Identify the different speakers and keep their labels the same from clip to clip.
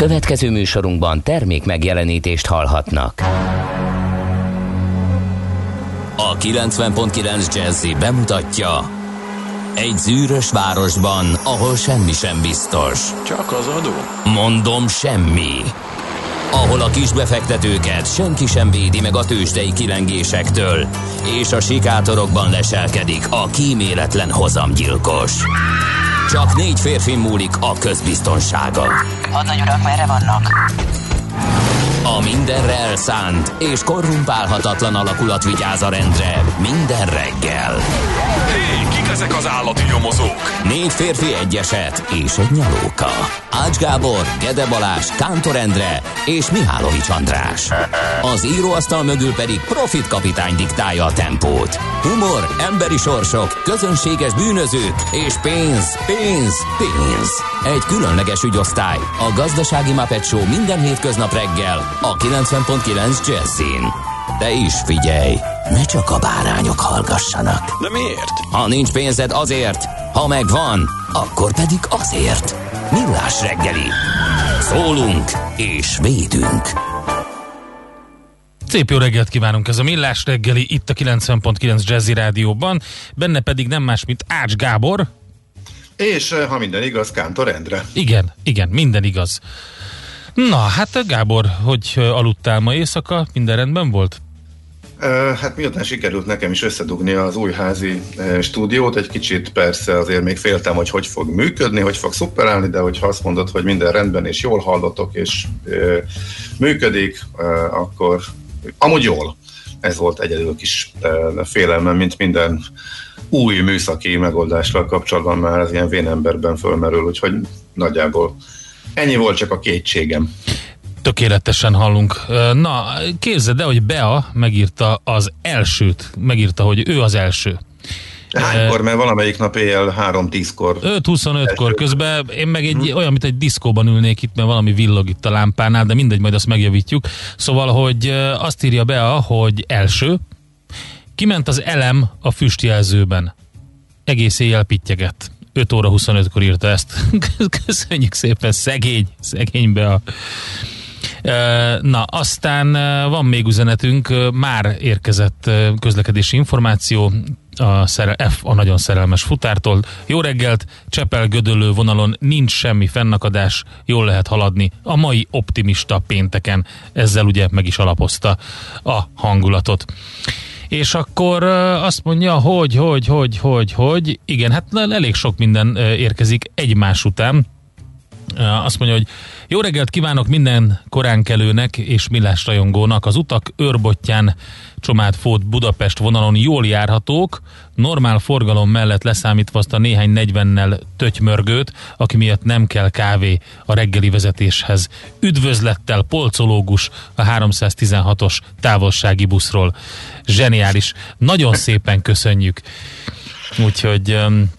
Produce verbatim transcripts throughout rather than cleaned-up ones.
Speaker 1: Következő műsorunkban termék megjelenítést hallhatnak. A kilencven pont kilenc Jazzy bemutatja: egy zűrös városban, ahol semmi sem biztos.
Speaker 2: Csak az adó?
Speaker 1: Mondom, semmi. Ahol a kisbefektetőket senki sem védi meg a tőzsdei kilengésektől, és a sikátorokban leselkedik a kíméletlen hozamgyilkos. Csak négy férfin múlik a közbiztonsága.
Speaker 3: Hadnagy urak, merre vannak?
Speaker 1: A mindenre elszánt és korrumpálhatatlan alakulat vigyáz a rendre minden reggel.
Speaker 2: Hé, kik ezek az állati nyomozók?
Speaker 1: Négy férfi, egy eset és egy nyalóka. Ács Gábor, Gede Balázs, Kántor Endre és Mihálovics András. Az íróasztal mögül pedig Profit kapitány diktálja a tempót. Humor, emberi sorsok, közönséges bűnözők és pénz, pénz, pénz. Egy különleges ügyosztály, a Gazdasági Muppet Show minden hétköznap reggel a kilencven pont kilenc Jazzin. De is figyelj, ne csak a bárányok hallgassanak.
Speaker 2: De miért?
Speaker 1: Ha nincs pénzed, azért, ha megvan, akkor pedig azért. Millás reggeli. Szólunk és védünk.
Speaker 4: Szép jó reggelt kívánunk, ez a Millás reggeli itt a kilencven pont kilenc Jazzy Rádióban, benne pedig nem más, mint Ács Gábor.
Speaker 5: És ha minden igaz, Kántor Endre.
Speaker 4: Igen, igen, minden igaz. Na, hát Gábor, hogy aludtál ma éjszaka? Minden rendben volt?
Speaker 5: Uh, hát miután sikerült nekem is összedugni az új házi uh, stúdiót, egy kicsit persze azért még féltem, hogy hogy fog működni, hogy fog szuperálni, de hogyha azt mondod, hogy minden rendben és jól hallotok és uh, működik, uh, akkor amúgy jól. Ez volt egyedül kis uh, félelmem, mint minden új műszaki megoldással kapcsolatban már az ilyen vénemberben fölmerül, úgyhogy nagyjából ennyi volt csak a kétségem.
Speaker 4: Tökéletesen hallunk. Na, képzeld el, hogy Bea megírta az elsőt, megírta, hogy ő az első.
Speaker 5: Hánykor, mert valamelyik nap éjjel három-tízkor.
Speaker 4: öt huszonötkor közben, én meg egy hmm. olyan, mint egy diszkóban ülnék itt, mert valami villog itt a lámpánál, de mindegy, majd azt megjavítjuk. Szóval, hogy azt írja Bea, hogy első, kiment az elem a füstjelzőben. Egész éjjel pittyegett. öt óra huszonötkor írta ezt. Köszönjük szépen, szegény, szegény Bea. Na, aztán van még üzenetünk, már érkezett közlekedési információ a szerel- F a nagyon szerelmes futártól. Jó reggelt, Csepel-Gödöllő vonalon nincs semmi fennakadás, jól lehet haladni a mai optimista pénteken. Ezzel ugye meg is alapozta a hangulatot. És akkor azt mondja, hogy, hogy, hogy, hogy, hogy, igen, hát elég sok minden érkezik egymás után. Azt mondja, hogy jó reggelt kívánok minden koránkelőnek és millás rajongónak. Az utak Őrbottyán, Csomád-Fót, Budapest vonalon jól járhatók, normál forgalom mellett leszámítva azt a néhány negyvennel tötymörgőt, aki miatt nem kell kávé a reggeli vezetéshez. Üdvözlettel polcológus a háromszáztizenhatos távolsági buszról. Zseniális. Nagyon szépen köszönjük. Úgyhogy...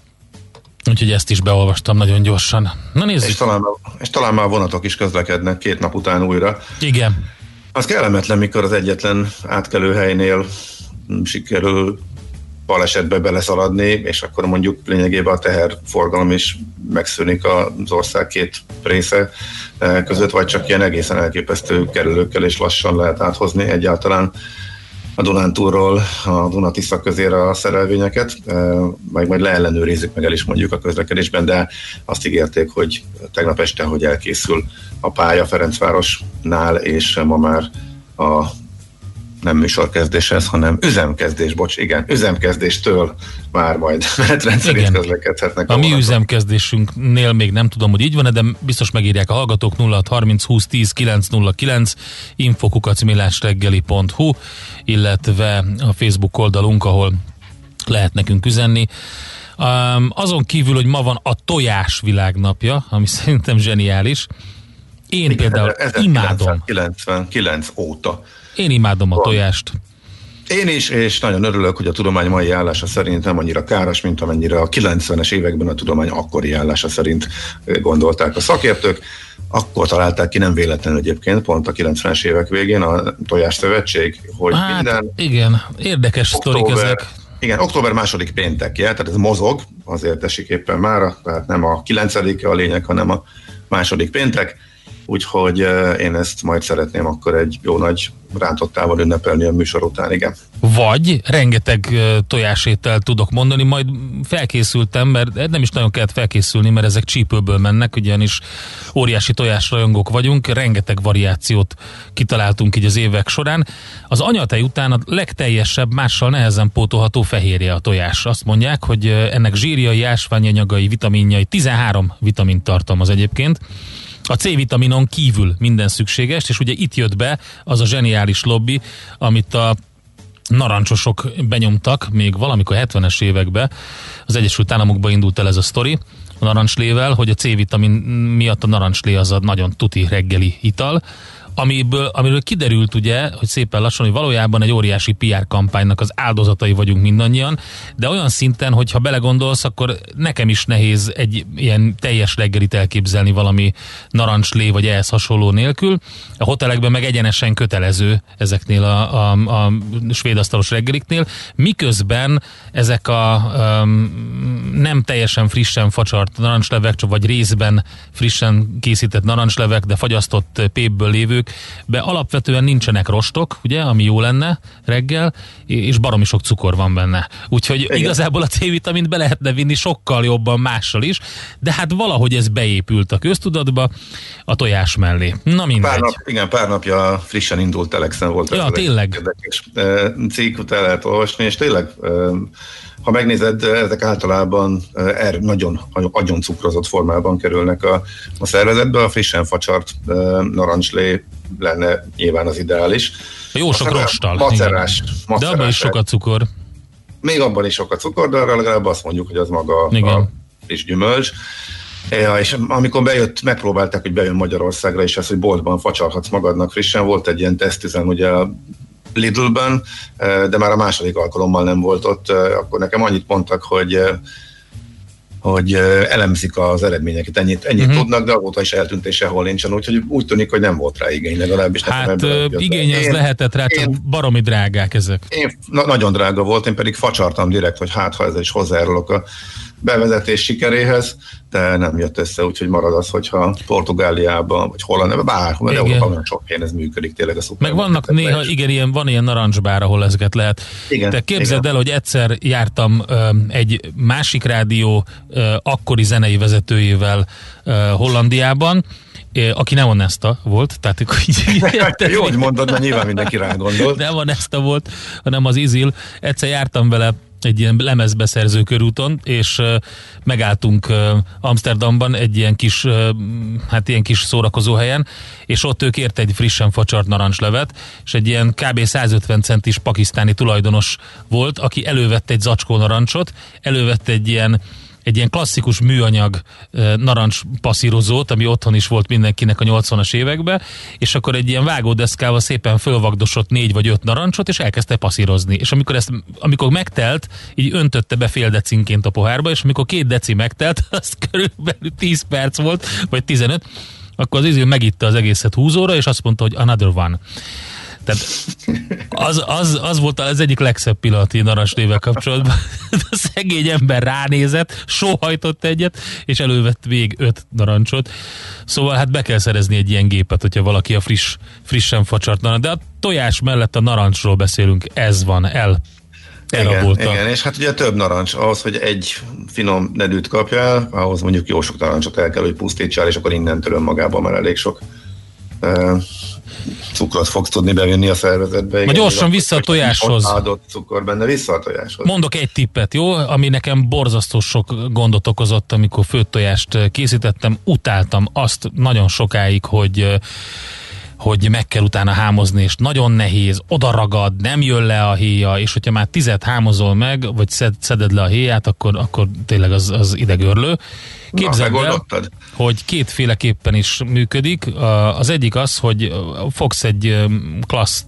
Speaker 4: Úgyhogy ezt is beolvastam nagyon gyorsan. Na nézzük.
Speaker 5: És talán, és talán már vonatok is közlekednek két nap után újra.
Speaker 4: Igen.
Speaker 5: Az kellemetlen, mikor az egyetlen átkelőhelynél sikerül balesetbe beleszaladni, és akkor mondjuk lényegében a teherforgalom is megszűnik az ország két része között, vagy csak ilyen egészen elképesztő kerülőkkel és lassan lehet áthozni egyáltalán a Dunántúlról a Duna-Tisza közére a szerelvényeket, majd majd leellenőrizzük, meg el is mondjuk a közlekedésben, de azt ígérték, hogy tegnap este, hogy elkészül a pálya Ferencvárosnál, és ma már a nem műsorkezdéshez, hanem üzemkezdés, bocs, igen, üzemkezdéstől már majd menetrendszerint közlekedhetnek.
Speaker 4: A, a mi
Speaker 5: vonatok.
Speaker 4: üzemkezdésünknél még nem tudom, hogy így van, de biztos megírják a hallgatók. Nulla hat harminc húsz tíz kilenc nulla kilenc info kukac millásreggeli pont hu, illetve a Facebook oldalunk, ahol lehet nekünk üzenni. Um, azon kívül, hogy ma van a tojás világnapja, ami szerintem zseniális. Én igen, például imádom.
Speaker 5: ezerkilencszázkilencvenkilenc óta.
Speaker 4: Én imádom a tojást.
Speaker 5: Én is, és nagyon örülök, hogy a tudomány mai állása szerint nem annyira káros, mint amennyire a kilencvenes években a tudomány akkori állása szerint gondolták a szakértők. Akkor találták ki, nem véletlenül egyébként, pont a kilencvenes évek végén a Tojás Szövetség, hogy
Speaker 4: hát,
Speaker 5: minden...
Speaker 4: igen, érdekes sztorik ezek.
Speaker 5: Igen, október második péntekje, tehát ez mozog, azért esik éppen mára, tehát nem a kilencedike a lényeg, hanem a második péntek. úgyhogy én ezt majd szeretném akkor egy jó nagy rántottával ünnepelni a műsor után, igen.
Speaker 4: Vagy rengeteg tojásételt tudok mondani, majd felkészültem, mert nem is nagyon kellett felkészülni, mert ezek csípőből mennek, ugyanis óriási tojásrajongók vagyunk, rengeteg variációt kitaláltunk így az évek során. Az anyatej után a legteljesebb, mással nehezen pótolható fehérje a tojás. Azt mondják, hogy ennek zsírjai, ásványanyagai, vitaminjai, tizenhárom vitamint tartalmaz egyébként. A C-vitaminon kívül minden szükséges, és ugye itt jött be az a zseniális lobby, amit a narancsosok benyomtak még valamikor hetvenes években. Az Egyesült Államokban indult el ez a sztori a narancslével, hogy a C-vitamin miatt a narancslé az a nagyon tuti reggeli ital, amiből, amiről kiderült ugye, hogy szépen lassan, hogy valójában egy óriási pé er kampánynak az áldozatai vagyunk mindannyian, de olyan szinten, hogy ha belegondolsz, akkor nekem is nehéz egy ilyen teljes reggelit elképzelni valami narancslé vagy ehhez hasonló nélkül. A hotelekben meg egyenesen kötelező ezeknél a, a, a svédasztalos reggeliknél, miközben ezek a um, nem teljesen frissen facsart narancslevek, vagy részben frissen készített narancslevek, de fagyasztott pépből lévők, be alapvetően nincsenek rostok, ugye, ami jó lenne reggel, és baromi sok cukor van benne. Úgyhogy igen, igazából a C-vitamint be lehetne vinni sokkal jobban mással is, de hát valahogy ez beépült a köztudatba a tojás mellé. Na mindegy.
Speaker 5: Pár nap, igen, pár napja frissen indult Telexen volt.
Speaker 4: Ja, tényleg.
Speaker 5: Érdekes cikk, el lehet olvasni, és tényleg ha megnézed, ezek általában er, nagyon agyon cukrozott formában kerülnek a, a szervezetbe, a frissen facsart narancslé lenne nyilván az ideális.
Speaker 4: Jó sok rostal.
Speaker 5: Macerás, macerás.
Speaker 4: De abban is sok a cukor.
Speaker 5: Még abban is sok a cukor, de arra legalább azt mondjuk, hogy az maga igen, a friss gyümölcs. Ja, és amikor bejött, megpróbálták, hogy bejön Magyarországra, és ez, hogy boltban facsarhatsz magadnak frissen, volt egy ilyen tesztüzem, ugye a Lidlben, de már a második alkalommal nem volt ott, akkor nekem annyit mondtak, hogy hogy elemzik az eredményeket, ennyit, ennyit uh-huh. tudnak, de azóta is eltűnt és sehol nincsen, úgyhogy úgy tűnik, hogy nem volt rá igény, legalábbis.
Speaker 4: Hát igény az én, lehetett rá, csak baromi drágák ezek.
Speaker 5: Én, na, nagyon drága volt, én pedig facsartam direkt, hogy hát ha ezzel is hozzájárulok a bevezetés sikeréhez, de nem jött össze, úgyhogy marad az, hogyha Portugáliában, vagy Hollandiában, bárhol, de Európában sok helyen ez működik tényleg a szuper.
Speaker 4: Meg vannak néha, igen, ilyen, van ilyen narancsbár, ahol ezeket lehet. Igen, te képzeld igen. el, hogy egyszer jártam ö, egy másik rádió ö, akkori zenei vezetőjével ö, Hollandiában, ö, aki nem Onesta volt, tehát így,
Speaker 5: jó, hogy mondod, mert nyilván mindenki rá gondolt.
Speaker 4: Nem Onesta volt, hanem az Izil. Egyszer jártam vele egy ilyen lemezbeszerző körúton, és uh, megálltunk uh, Amsterdamban egy ilyen kis, uh, hát ilyen kis szórakozó helyen, és ott ő kért egy frissen facsart narancslevet, és egy ilyen kb. százötven centis pakisztáni tulajdonos volt, aki elővette egy zacskó narancsot, elővette egy ilyen egy ilyen klasszikus műanyag narancs passzírozót, ami otthon is volt mindenkinek a nyolcvanas években, és akkor egy ilyen vágódeszkával szépen fölvagdosott négy vagy öt narancsot, és elkezdte passzírozni. És amikor ezt, amikor megtelt, így öntötte be fél decinként a pohárba, és amikor két deci megtelt, az körülbelül tíz perc volt, vagy tizenöt, akkor az Izil megitta az egészet húzóra, és azt mondta, hogy another one. Tehát az, az, az volt az egyik legszebb pillanat a narancslével kapcsolatban. A szegény ember ránézett, sóhajtott egyet, és elővett még öt narancsot. Szóval hát be kell szerezni egy ilyen gépet, hogyha valaki a friss, frissen facsart narancs. De a tojás mellett a narancsról beszélünk, ez van, el.
Speaker 5: Igen, igen, és hát ugye több narancs, ahhoz, hogy egy finom nedűt kapjál, ahhoz mondjuk jó sok narancsot el kell, hogy pusztítsál, és akkor innentől önmagában már elég sok uh, cukrot fogsz tudni bevinni a szervezetbe.
Speaker 4: Ma gyorsan vissza a tojáshoz.
Speaker 5: Adott cukor benne, vissza a tojáshoz.
Speaker 4: Mondok egy tippet, jó? Ami nekem borzasztó sok gondot okozott, amikor főtt tojást készítettem. Utáltam azt nagyon sokáig, hogy hogy meg kell utána hámozni, és nagyon nehéz, odaragad, nem jön le a héja, és hogyha már tizet hámozol meg, vagy szed, szeded le a héját, akkor, akkor tényleg az, az idegörlő. Képzeld el, hogy kétféleképpen is működik. Az egyik az, hogy fogsz egy klassz,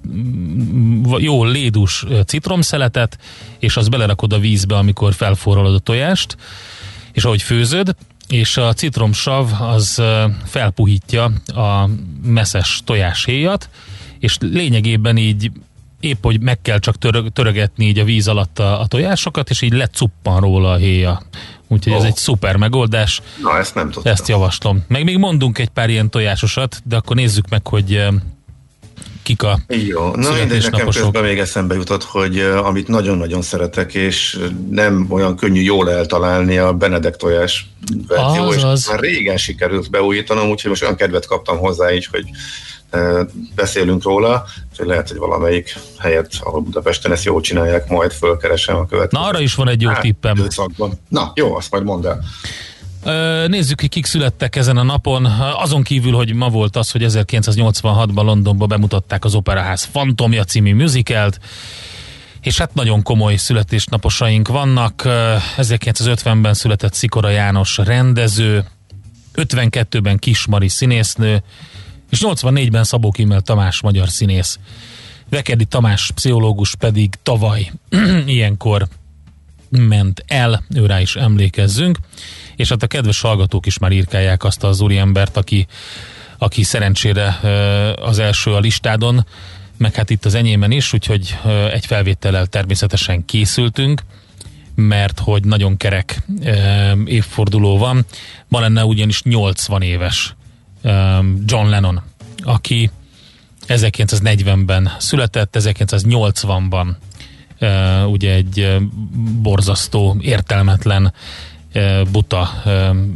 Speaker 4: jó lédús citromszeletet, és azt belerakod a vízbe, amikor felforralod a tojást, és ahogy főzöd, és a citromsav az felpuhítja a messzes tojáshéjat, és lényegében így épp, hogy meg kell csak törög, törögetni így a víz alatt a, a tojásokat, és így lecuppan róla a héja. Úgyhogy
Speaker 5: oh.
Speaker 4: ez egy szuper megoldás.
Speaker 5: Na, ezt nem tudtam.
Speaker 4: Ezt javaslom. Meg még mondunk egy pár ilyen tojásosat, de akkor nézzük meg, hogy kik a
Speaker 5: Jó, na mindegy, nekem közben még eszembe jutott, hogy uh, amit nagyon-nagyon szeretek, és nem olyan könnyű jól eltalálni, a Benedek tojás verzió,
Speaker 4: az,
Speaker 5: és
Speaker 4: az.
Speaker 5: már régen sikerült beújítanom, úgyhogy most olyan kedvet kaptam hozzá így, hogy uh, beszélünk róla, úgyhogy lehet, hogy valamelyik helyet, ahol Budapesten ezt jól csinálják, majd fölkeresem a következő.
Speaker 4: Na, arra is van egy jó
Speaker 5: hát,
Speaker 4: tippem.
Speaker 5: Időszakban. Na, jó, azt majd mondd el.
Speaker 4: Nézzük, hogy kik születtek ezen a napon. Azon kívül, hogy ma volt az, hogy ezerkilencszáznyolcvanhatban Londonban bemutatták az Operaház Fantomja című musicalt, és hát nagyon komoly születésnaposaink vannak. ezerkilencszázötvenben született Szikora János rendező, ötvenkettőben Kiss Mari színésznő, és nyolcvannégyben Szabó Kimmel Tamás magyar színész. Vekerdi Tamás pszichológus pedig tavaly ilyenkor ment el, őrá is emlékezzünk, és hát a kedves hallgatók is már írkálják azt az úriembert, aki, aki szerencsére az első a listádon, meg hát itt az enyémen is, úgyhogy egy felvétellel természetesen készültünk, mert hogy nagyon kerek évforduló van. Ma lenne ugyanis nyolcvan éves John Lennon, aki ezerkilencszáznegyvenben született, ezerkilencszáznyolcvanban Uh, ugye egy uh, borzasztó, értelmetlen, uh, buta uh,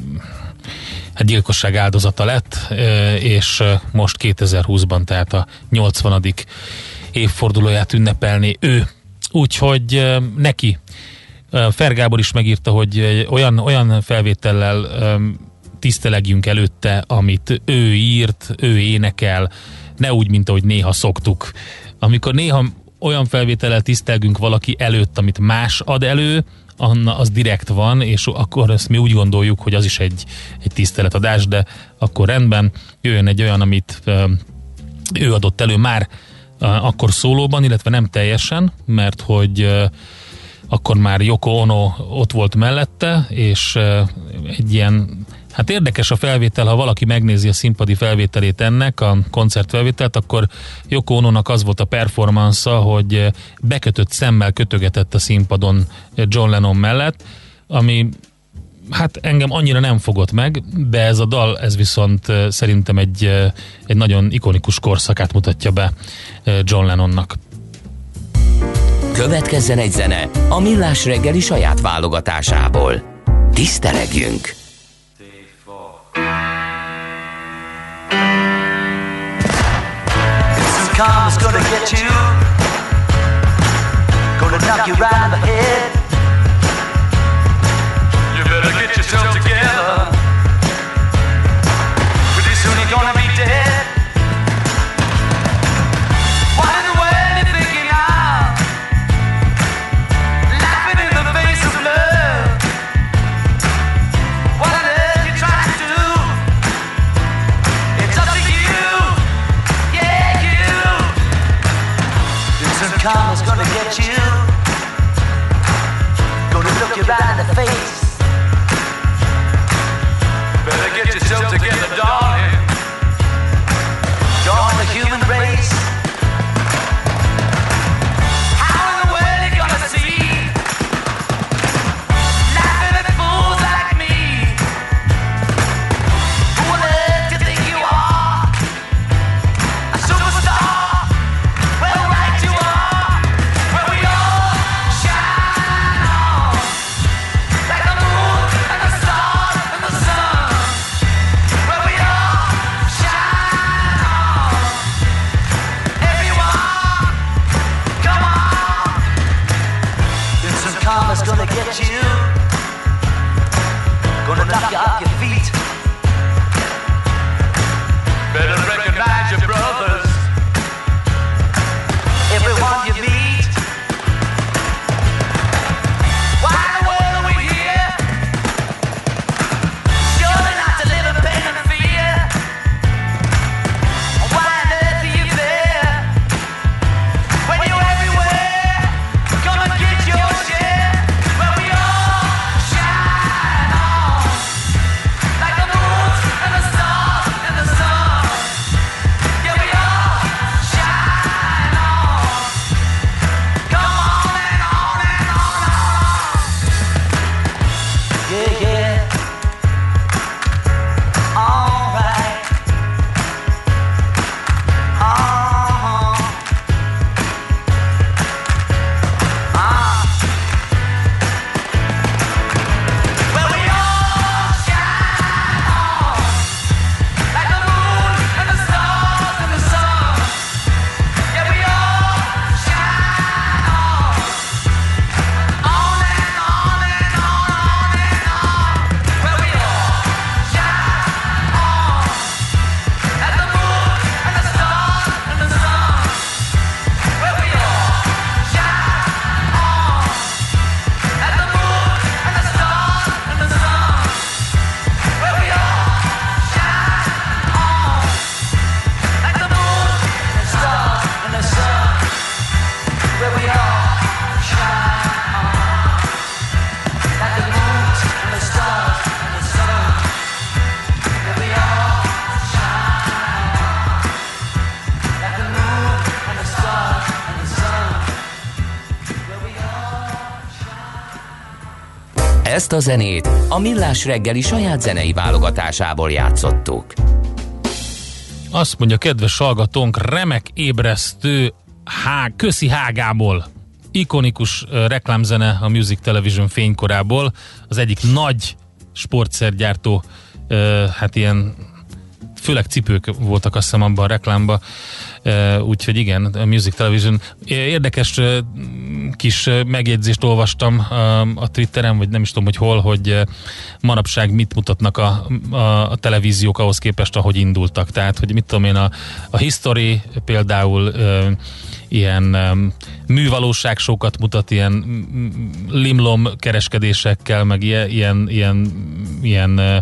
Speaker 4: hát gyilkosság áldozata lett, uh, és uh, most kétezer-húszban, tehát a nyolcvanadik évfordulóját ünnepelni ő. Úgyhogy uh, neki uh, Fer Gábor is megírta, hogy uh, olyan, olyan felvétellel um, tisztelegjünk előtte, amit ő írt, ő énekel, ne úgy, mint ahogy néha szoktuk. Amikor néha olyan felvétellel tisztelgünk valaki előtt, amit más ad elő, az direkt van, és akkor ezt mi úgy gondoljuk, hogy az is egy, egy tiszteletadás, de akkor rendben, jöjjön egy olyan, amit ő adott elő már akkor szólóban, illetve nem teljesen, mert hogy akkor már Yoko Ono ott volt mellette, és egy ilyen, hát érdekes a felvétel, ha valaki megnézi a színpadi felvételét ennek, a koncertfelvételt, akkor Yoko Onónak az volt a performance-a, hogy bekötött szemmel kötögetett a színpadon John Lennon mellett, ami hát engem annyira nem fogott meg, de ez a dal, ez viszont szerintem egy, egy nagyon ikonikus korszakát mutatja be John Lennonnak.
Speaker 1: Következzen egy zene a Millás reggeli saját válogatásából. Tisztelegjünk!
Speaker 6: Karma's gonna get you, gonna knock you right in the head. You better get yourself together, pretty soon you're gonna be dead. What in the world you thinking of? Laughing in the face of love. What on earth you trying to do? It's up to you, yeah, you. Some karma's gonna get you, gonna look you right in the face. Better get yourself together, darling. Join the human race. How in the world you gonna see? Laughing at fools like me. Who on earth do you think you are? A superstar? Well, right you are. Where we all shine on like the
Speaker 1: Ezt a zenét a Millás reggeli saját zenei válogatásából játszottuk.
Speaker 4: Azt mondja, kedves hallgatónk, remek ébresztő há, köszi Hágából. Ikonikus uh, reklámzene a Music Television fénykorából. Az egyik nagy sportszergyártó, uh, hát ilyen főleg cipők voltak azt hiszem abban a reklámban, uh, úgyhogy igen, a Music Television. Érdekes uh, kis uh, megjegyzést olvastam uh, a Twitteren, vagy nem is tudom, hogy hol, hogy uh, manapság mit mutatnak a, a, a televíziók ahhoz képest, ahogy indultak. Tehát, hogy mit tudom én, a, a History például uh, ilyen um, művalóságsókat mutat, ilyen limlom kereskedésekkel, meg ilyen, ilyen, ilyen, ilyen uh,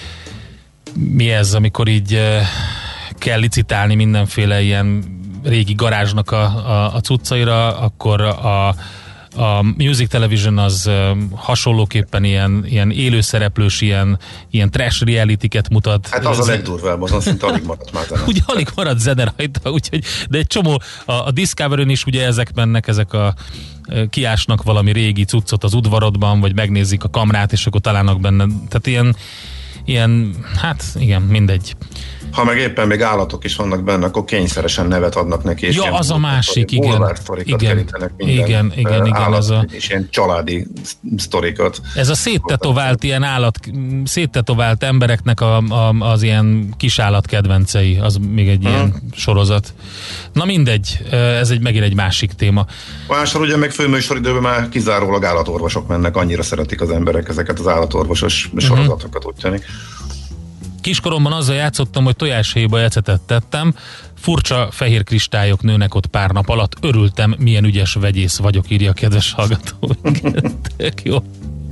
Speaker 4: mi ez, amikor így uh, kell licitálni mindenféle ilyen régi garázsnak a, a, a cuccaira, akkor a, a Music Television az uh, hasonlóképpen ilyen, ilyen élőszereplős, ilyen, ilyen trash reality-ket mutat.
Speaker 5: Hát az a legdurvább, azon szinte alig maradt már zene.
Speaker 4: Ugye alig maradt zene rajta, úgyhogy, de egy csomó, a, a Discovery-n is ugye ezek mennek, ezek a kiásnak valami régi cuccot az udvarodban, vagy megnézik a kamrát, és akkor találnak benne, tehát ilyen ilyen, hát igen, mindegy.
Speaker 5: Ha meg éppen még állatok is vannak benne, akkor kényszeresen nevet adnak neki. És
Speaker 4: ja, az a másik, igen. Igen, igen, igen, igen, az a...
Speaker 5: És ilyen családi sztorikat.
Speaker 4: Ez a széttetovált ilyen állat, széttetovált embereknek a, a, az ilyen kisállat kedvencei, az még egy hmm. ilyen sorozat. Na mindegy, ez egy megint egy másik téma.
Speaker 5: Máshol ugye meg főműsoridőben már kizárólag állatorvosok mennek, annyira szeretik az emberek ezeket az állatorvosos hmm. sorozatokat, úgy tűnik.
Speaker 4: Kiskoromban azzal játszottam, hogy tojáshéjba ecetet tettem, furcsa fehér kristályok nőnek ott pár nap alatt, örültem, milyen ügyes vegyész vagyok, írja a kedves hallgató. Tök jó.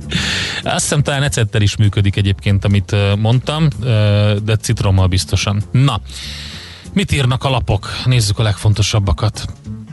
Speaker 4: Azt hiszem talán ecettel is működik egyébként, amit mondtam, de citrommal biztosan. Na, mit írnak a lapok? Nézzük a legfontosabbakat.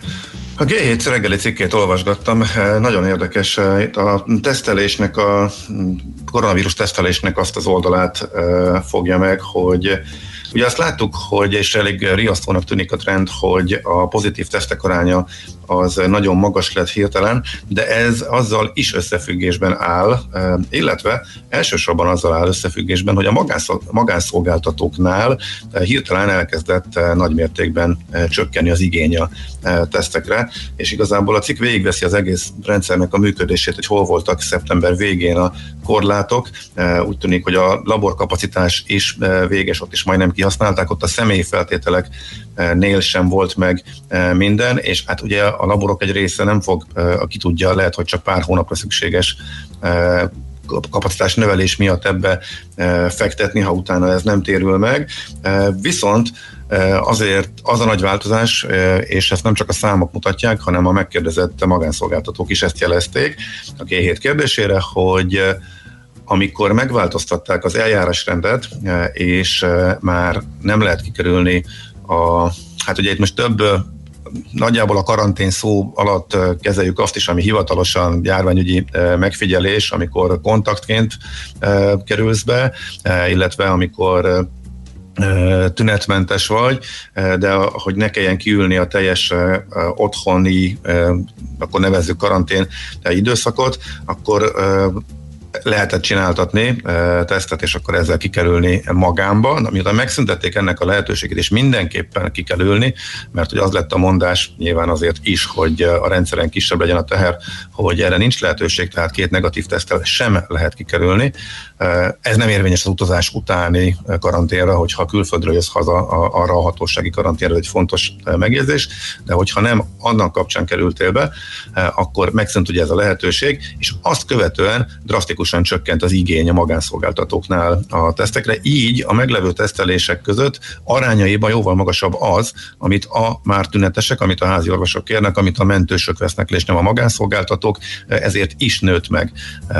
Speaker 5: A gé hét reggeli cikkét olvasgattam, nagyon érdekes, a tesztelésnek, a koronavírus tesztelésnek azt az oldalát fogja meg, hogy ugye azt láttuk, hogy és elég riasztónak tűnik a trend, hogy a pozitív tesztek aránya az nagyon magas lett hirtelen, de ez azzal is összefüggésben áll, illetve elsősorban azzal áll összefüggésben, hogy a magánszolgáltatóknál hirtelen elkezdett nagymértékben csökkenni az igény a tesztekre, és igazából a cikk végigveszi az egész rendszernek a működését, hogy hol voltak szeptember végén a korlátok. Úgy tűnik, hogy a laborkapacitás is véges, ott is majdnem kihasználták, ott a személyi feltételeknél sem volt meg minden, és hát ugye a laborok egy része nem fog, aki tudja, lehet, hogy csak pár hónapra szükséges kapacitás növelés miatt ebbe fektetni, ha utána ez nem térül meg. Viszont azért az a nagy változás, és ezt nem csak a számok mutatják, hanem a megkérdezett magánszolgáltatók is ezt jelezték a gé hét kérdésére, hogy amikor megváltoztatták az eljárásrendet, és már nem lehet kikerülni a, hát ugye itt most több nagyjából a karantén szó alatt kezeljük azt is, ami hivatalosan járványügyi megfigyelés, amikor kontaktként kerülsz be, illetve amikor tünetmentes vagy, de hogy ne kelljen kiülni a teljes otthoni, akkor nevezzük karantén időszakot, akkor lehetett csináltatni e, tesztet, és akkor ezzel kikerülni magámba. Na, miután megszüntették ennek a lehetőségét, és mindenképpen ki kell ülni, mert hogy az lett a mondás nyilván azért is, hogy a rendszeren kisebb legyen a teher, hogy erre nincs lehetőség, tehát két negatív teszttel sem lehet kikerülni. E, ez nem érvényes az utazás utáni karanténra, hogyha külföldről jössz haza, a, arra a hatósági karanténra, egy fontos megjegyzés, de hogyha nem annak kapcsán kerültél be, e, akkor megszűnt ugye ez a lehetőség, és azt követően drasztikusan csökkent az igény a magánszolgáltatóknál a tesztekre, így a meglevő tesztelések között arányaiban jóval magasabb az, amit a már tünetesek, amit a házi orvosok kérnek, amit a mentősök vesznek le, és nem a magánszolgáltatók, ezért is nőtt meg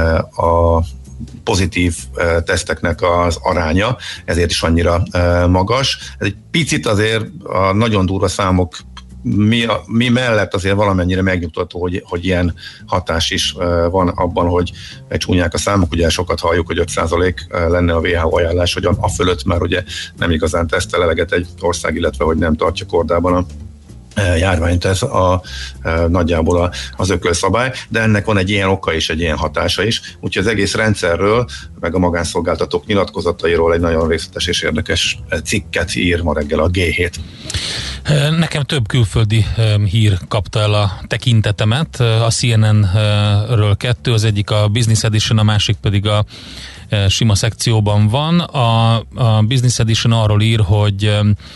Speaker 5: a pozitív teszteknek az aránya, ezért is annyira magas. Ez egy picit azért a nagyon durva számok Mi, a, mi mellett azért valamennyire megnyugtató, hogy, hogy ilyen hatás is van abban, hogy csúnyák a számok, ugye sokat halljuk, hogy öt százalék lenne a vé há o ajánlás, hogy a, a fölött már ugye nem igazán tesztel eleget egy ország, illetve hogy nem tartja kordában a járványt, ez a, a nagyjából a, az ökölszabály, de ennek van egy ilyen oka és egy ilyen hatása is, úgyhogy az egész rendszerről, meg a magánszolgáltatók nyilatkozatairól egy nagyon részletes és érdekes cikket ír ma reggel a gé hét.
Speaker 4: Nekem több külföldi hír kapta el a tekintetemet, a cé en en-ről kettő, az egyik a Business Edition, a másik pedig a sima szekcióban van. A, a Business Edition arról ír, hogy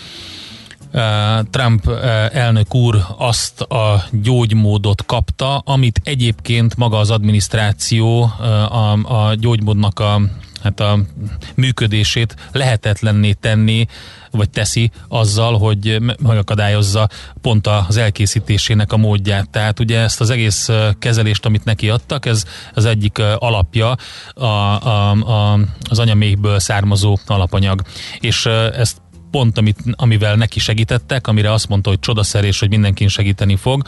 Speaker 4: Trump elnök úr azt a gyógymódot kapta, amit egyébként maga az adminisztráció a, a gyógymódnak a, hát a működését lehetetlenné tenni, vagy teszi azzal, hogy megakadályozza pont az elkészítésének a módját. Tehát ugye ezt az egész kezelést, amit neki adtak, ez az egyik alapja a, a, a, az anyaméhből származó alapanyag. És ezt pont, amit, amivel neki segítettek, amire azt mondta, hogy csodaszerés, hogy mindenkin segíteni fog,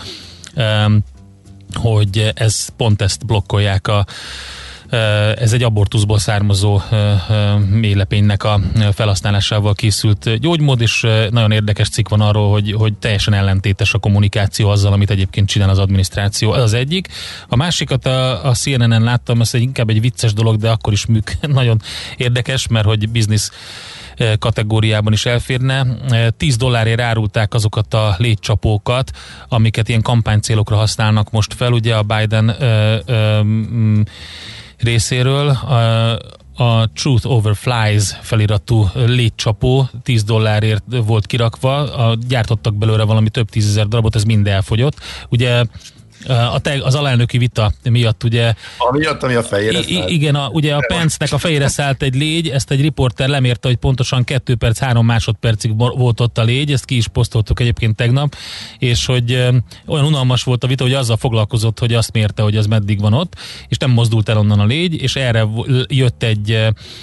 Speaker 4: hogy ez pont ezt blokkolják a ez egy abortuszból származó méhlepénynek a felhasználásával készült gyógymód, és nagyon érdekes cikk van arról, hogy, hogy teljesen ellentétes a kommunikáció azzal, amit egyébként csinál az adminisztráció. Ez az egyik. A másikat a, a cé en en-en láttam, ez inkább egy vicces dolog, de akkor is műk, nagyon érdekes, mert hogy business kategóriában is elférne. tíz dollárért árulták azokat a légycsapókat, amiket ilyen kampánycélokra használnak most fel, ugye a Biden ö, ö, részéről. A, a Truth Over Flies feliratú légycsapó tíz dollárért volt kirakva, a, gyártottak belőle valami több tízezer darabot, ez mind elfogyott. Ugye A te, az alelnöki vita miatt ugye...
Speaker 5: A miatt, ami a fejére
Speaker 4: i- szállt. Igen, a, ugye a Pence-nek a fejére szállt egy légy, ezt egy riporter lemérte, hogy pontosan két perc, három másodpercig volt ott a légy, ezt ki is posztoltuk egyébként tegnap, és hogy ö, olyan unalmas volt a vita, hogy azzal foglalkozott, hogy azt mérte, hogy az meddig van ott, és nem mozdult el onnan a légy, és erre jött egy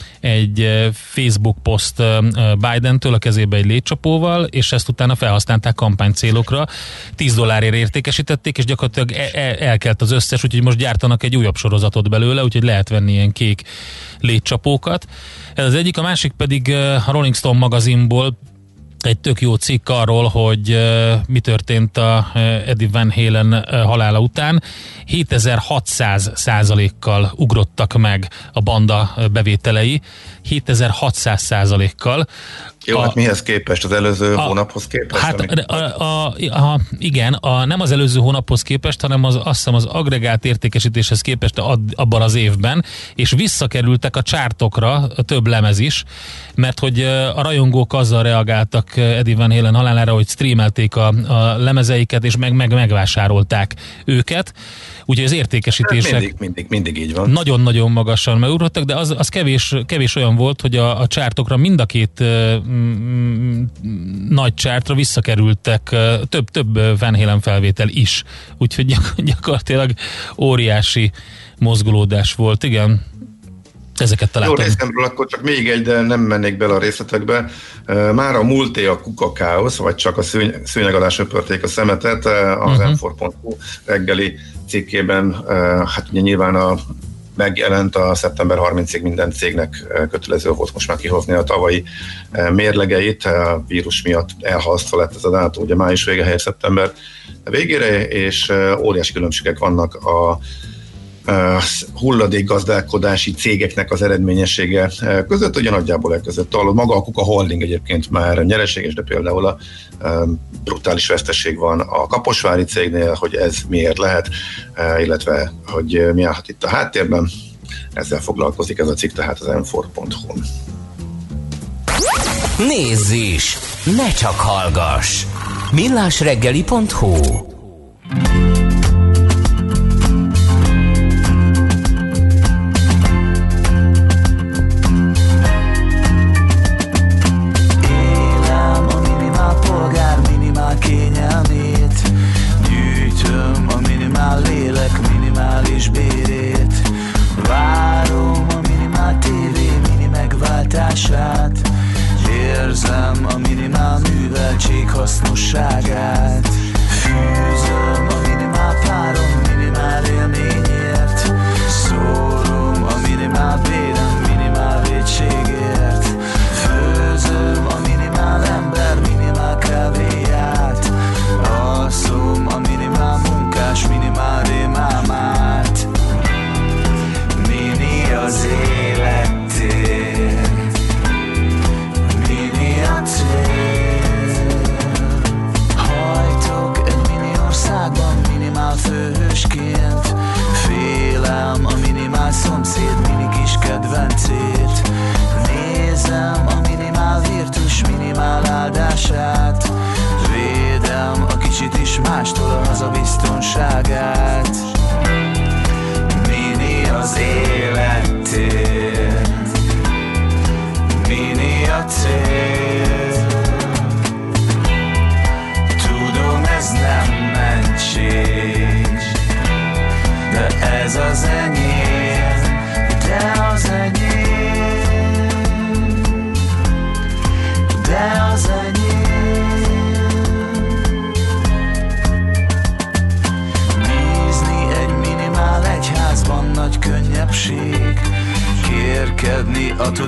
Speaker 4: egy Facebook poszt Bidentől a kezébe egy légycsapóval, és ezt utána felhasználták kampánycélokra. tíz dollárért értékesítették, és gyakorlatilag elkelt az összes, úgyhogy most gyártanak egy újabb sorozatot belőle, úgyhogy lehet venni ilyen kék légycsapókat. Ez az egyik, a másik pedig a Rolling Stone magazinból egy tök jó cikk arról, hogy uh, mi történt a uh, Eddie Van Halen uh, halála után. hétezer-hatszáz százalékkal ugrottak meg a banda uh, bevételei. hétezer-hatszáz százalékkal.
Speaker 5: Jó, a, hát mihez képest? Az előző a, hónaphoz képest?
Speaker 4: Hát a, a, a, a, igen, a, nem az előző hónaphoz képest, hanem az, azt hiszem az agregált értékesítéshez képest ad, abban az évben, és visszakerültek a csártokra a több lemez is, mert hogy a rajongók azzal reagáltak Eddie Van Halen halálára, hogy streamelték a, a lemezeiket, és meg, meg megvásárolták őket. Úgyhogy az értékesítések
Speaker 5: mindig, mindig, mindig így van.
Speaker 4: Nagyon-nagyon magasan megugrottak, de az, az kevés, kevés olyan volt, hogy a, a csártokra mind a két uh, mm, nagy csártra visszakerültek uh, több, több Van Halen felvétel is. Úgyhogy gyak, gyakorlatilag óriási mozgolódás volt, igen. Ezeket találtam.
Speaker 5: Jó részemről akkor csak még egy, de nem mennék bele a részletekbe. Már a múlté a kukakáosz, vagy csak a szőny, szőnyegadás öpörték a szemetet, az uh-huh. em négy pont hu reggeli cikkében, hát ugye nyilván a, megjelent a szeptember harmincadikáig minden cégnek kötelező volt most már kihozni a tavalyi mérlegeit, a vírus miatt elhalasztva lett ez a dátum, ugye május vége helyett szeptember végére, és óriási különbségek vannak a hulladékgazdálkodási cégeknek az eredményessége között, ugye nagyjából el között. Maga a Kuka Holding egyébként már nyereséges, de például a brutális veszteség van a Kaposvári cégnél, hogy ez miért lehet, illetve hogy mi állhat itt a háttérben. Ezzel foglalkozik ez a cikk, tehát az em négy pont hu-n.
Speaker 1: Nézz is! Ne csak hallgass! millásreggeli pont hu
Speaker 7: érzem a minimál műveltség hasznosságát, fűzöm a minimál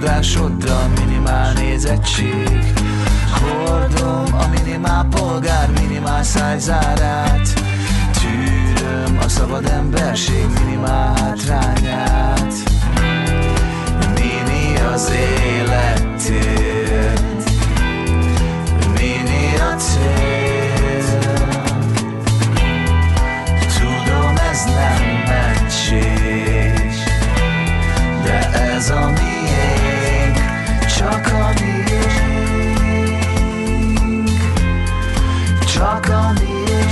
Speaker 7: forgásoddal, minimál nézettség. Hordom a minimál polgár, minimál szájzárát. Tűröm a szabad emberség minimál hátrányát. Mini az élettér, mini a cél. Tudom, ez nem mentség, de ez a miénk, csak a miénk, csak a miénk.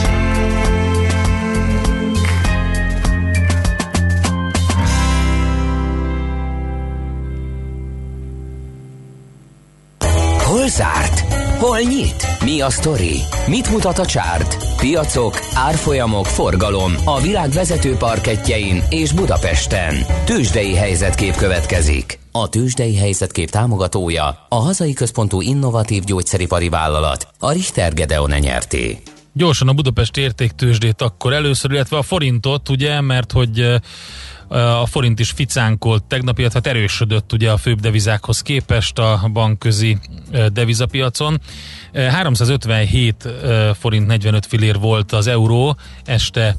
Speaker 1: Hol zárt? Hol nyit? Mi a sztori? Mit mutat a csárt? Piacok, árfolyamok, forgalom a világ vezető parkettjein és Budapesten. Tőzsdei helyzetkép következik. A Tőzsdei helyzetkép támogatója a hazai központú innovatív gyógyszeripari vállalat, a Richter Gedeon nyerté.
Speaker 4: Gyorsan a Budapesti értéktőzsdét akkor először, illetve a forintot, ugye, mert hogy a forint is ficánkolt tegnap, illetve erősödött ugye a főbb devizákhoz képest a bankközi devizapiacon. háromszázötvenhét forint negyvenöt fillér volt az euró este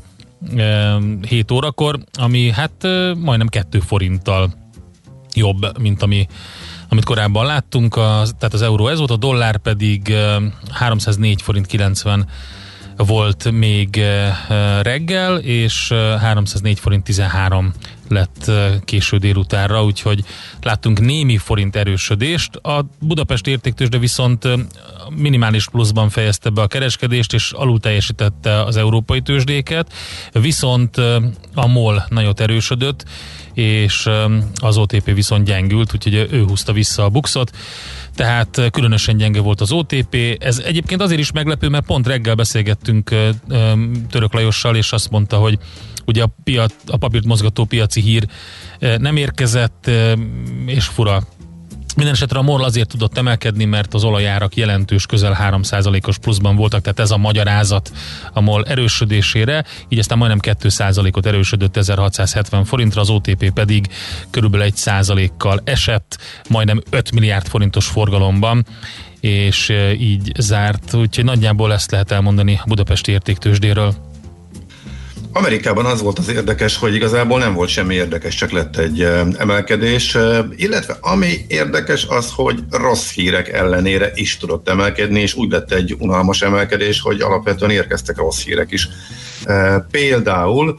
Speaker 4: hét órakor, ami hát majdnem kettő forinttal jobb, mint ami, amit korábban láttunk. A, tehát az euró ez volt, a dollár pedig háromszáznégy forint kilencven volt még reggel, és háromszáznégy forint tizenhárom lett késő délutánra, úgyhogy láttunk némi forint erősödést. A Budapesti értéktőzsde viszont minimális pluszban fejezte be a kereskedést, és alul teljesítette az európai tőzsdéket, viszont a MOL nagyot erősödött, és az o té pé viszont gyengült, úgyhogy ő húzta vissza a bukszot, tehát különösen gyenge volt az o té pé. Ez egyébként azért is meglepő, mert pont reggel beszélgettünk Török Lajossal, és azt mondta, hogy ugye a, piac, a papírt mozgató piaci hír nem érkezett, és fura. Minden esetre a MOL azért tudott emelkedni, mert az olajárak jelentős, közel három százalékos pluszban voltak, tehát ez a magyarázat a MOL erősödésére, így aztán majdnem két százalékot erősödött ezerhatszázhetven forintra, az o té pé pedig körülbelül egy százalékkal esett, majdnem öt milliárd forintos forgalomban, és így zárt, úgyhogy nagyjából ezt lehet elmondani a Budapesti értéktőzsdéről.
Speaker 5: Amerikában az volt az érdekes, hogy igazából nem volt semmi érdekes, csak lett egy emelkedés, illetve ami érdekes az, hogy rossz hírek ellenére is tudott emelkedni, és úgy lett egy unalmas emelkedés, hogy alapvetően érkeztek rossz hírek is. Például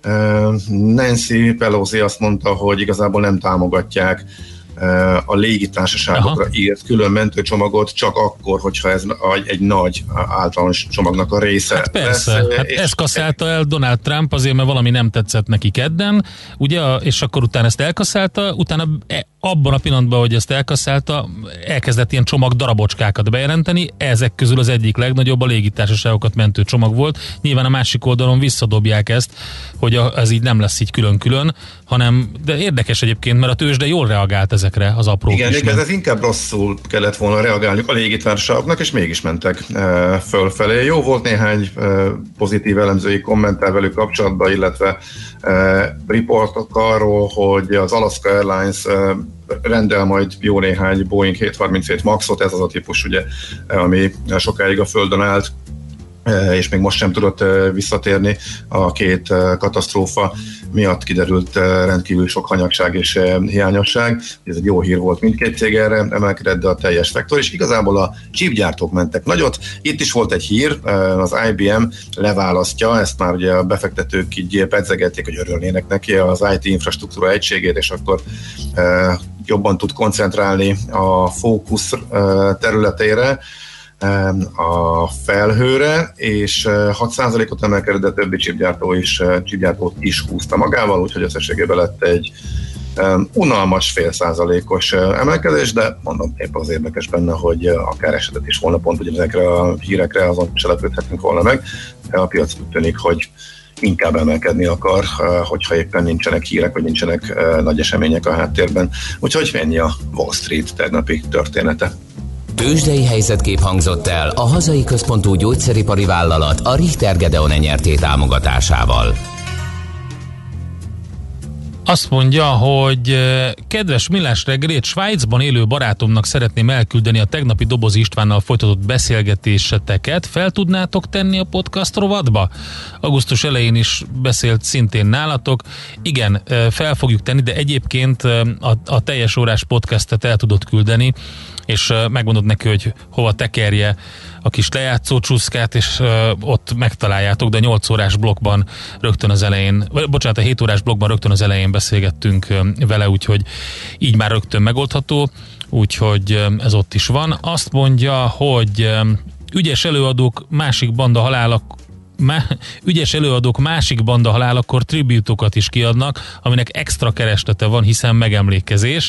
Speaker 5: Nancy Pelosi azt mondta, hogy igazából nem támogatják a légitársaságokra írt külön mentőcsomagot csak akkor, hogyha ez egy nagy általános csomagnak a része.
Speaker 4: Hát persze, lesz, hát ezt kaszálta el Donald Trump azért, mert valami nem tetszett neki kedden, ugye, és akkor utána ezt elkaszálta, utána abban a pillanatban, hogy ezt elkaszálta, elkezdett ilyen csomag darabocskákat bejelenteni, ezek közül az egyik legnagyobb a légitársaságokat mentő csomag volt. Nyilván a másik oldalon visszadobják ezt, hogy ez így nem lesz így külön-külön, hanem, de érdekes egyébként, mert a tőzsde jól reagált ezekre az apró
Speaker 5: igen,
Speaker 4: kis.
Speaker 5: Igen, ez inkább rosszul kellett volna reagálniuk a légitársaságoknak, és mégis mentek e, fölfelé. Jó volt néhány e, pozitív elemzői kommentár velük kapcsolatban, illetve e, riportok arról, hogy az Alaska Airlines e, rendel majd jó néhány Boeing hétszázharminchét Maxot, ez az a típus, ugye, ami sokáig a Földön állt, és még most sem tudott visszatérni a két katasztrófa miatt, kiderült rendkívül sok hanyagság és hiányosság. Ez egy jó hír volt mindkét cég, erre emelkedett, de a teljes szektor, és igazából a chipgyártók mentek nagyot. Itt is volt egy hír, az i bé em leválasztja, ezt már ugye a befektetők így pedzegették, hogy örülnének neki az i té infrastruktúra egységét, és akkor jobban tud koncentrálni a fókusz területére, a felhőre, és hat százalékot emelkedett, de többi chipgyártó is, chipgyártót is húzta magával, úgyhogy összességében lett egy um, unalmas fél százalékos emelkedés, de mondom, épp az érdekes benne, hogy akár esetett is volna pont, hogy ezekre a hírekre azon is lepődhetünk volna meg. A piac úgy tűnik, hogy inkább emelkedni akar, hogyha éppen nincsenek hírek, vagy nincsenek nagy események a háttérben. Úgyhogy ennyi a Wall Street tegnapi története.
Speaker 1: Tőzsdei helyzetkép hangzott el a hazai központú gyógyszeripari vállalat, a Richter Gedeon nyerté támogatásával.
Speaker 4: Azt mondja, hogy kedves Millás reggelét, Svájcban élő barátomnak szeretném elküldeni a tegnapi Doboz Istvánnal folytatott beszélgetéseteket. Fel tudnátok tenni a podcast rovatba? Augusztus elején is beszélt szintén nálatok. Igen, fel fogjuk tenni, de egyébként a, a teljes órás podcastet el tudod küldeni, és megmondod neki, hogy hova tekerje a kis lejátszó csúszkát, és uh, ott megtaláljátok, de nyolc órás blokkban rögtön az elején, vagy, bocsánat, a hét órás blokkban rögtön az elején beszélgettünk uh, vele, úgyhogy így már rögtön megoldható, úgyhogy uh, ez ott is van. Azt mondja, hogy uh, ügyes előadók másik banda halálak Má, ügyes előadók másik banda halálakor tributokat is kiadnak, aminek extra kereslete van, hiszen megemlékezés.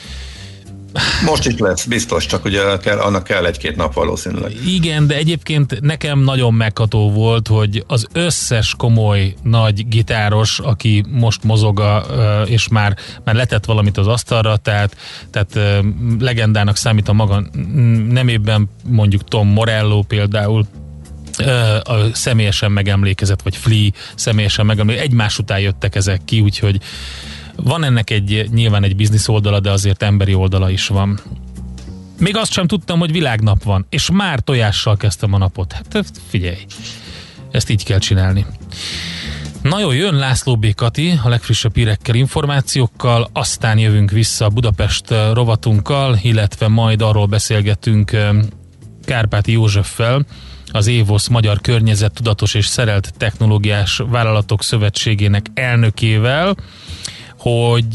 Speaker 5: Most is lesz, biztos, csak ugye kell, annak kell egy-két nap valószínűleg.
Speaker 4: Igen, de egyébként nekem nagyon megható volt, hogy az összes komoly nagy gitáros, aki most mozog, és már, már letett valamit az asztalra, tehát, tehát legendának számít a maga nemében, mondjuk Tom Morello például, a személyesen megemlékezett, vagy Flea személyesen megemlékezett, egymás után jöttek ezek ki, úgyhogy van ennek egy, nyilván egy biznisz oldala, de azért emberi oldala is van. Még azt sem tudtam, hogy világnap van, és már tojással kezdtem a napot. Hát figyelj, ezt így kell csinálni. Na jó, jön László B. Kati a legfrissebb hírekkel, információkkal, aztán jövünk vissza a Budapest rovatunkkal, illetve majd arról beszélgetünk Kárpáti Józseffel, az évosz Magyar Környezettudatos és Szerelt Technológiás Vállalatok Szövetségének elnökével, hogy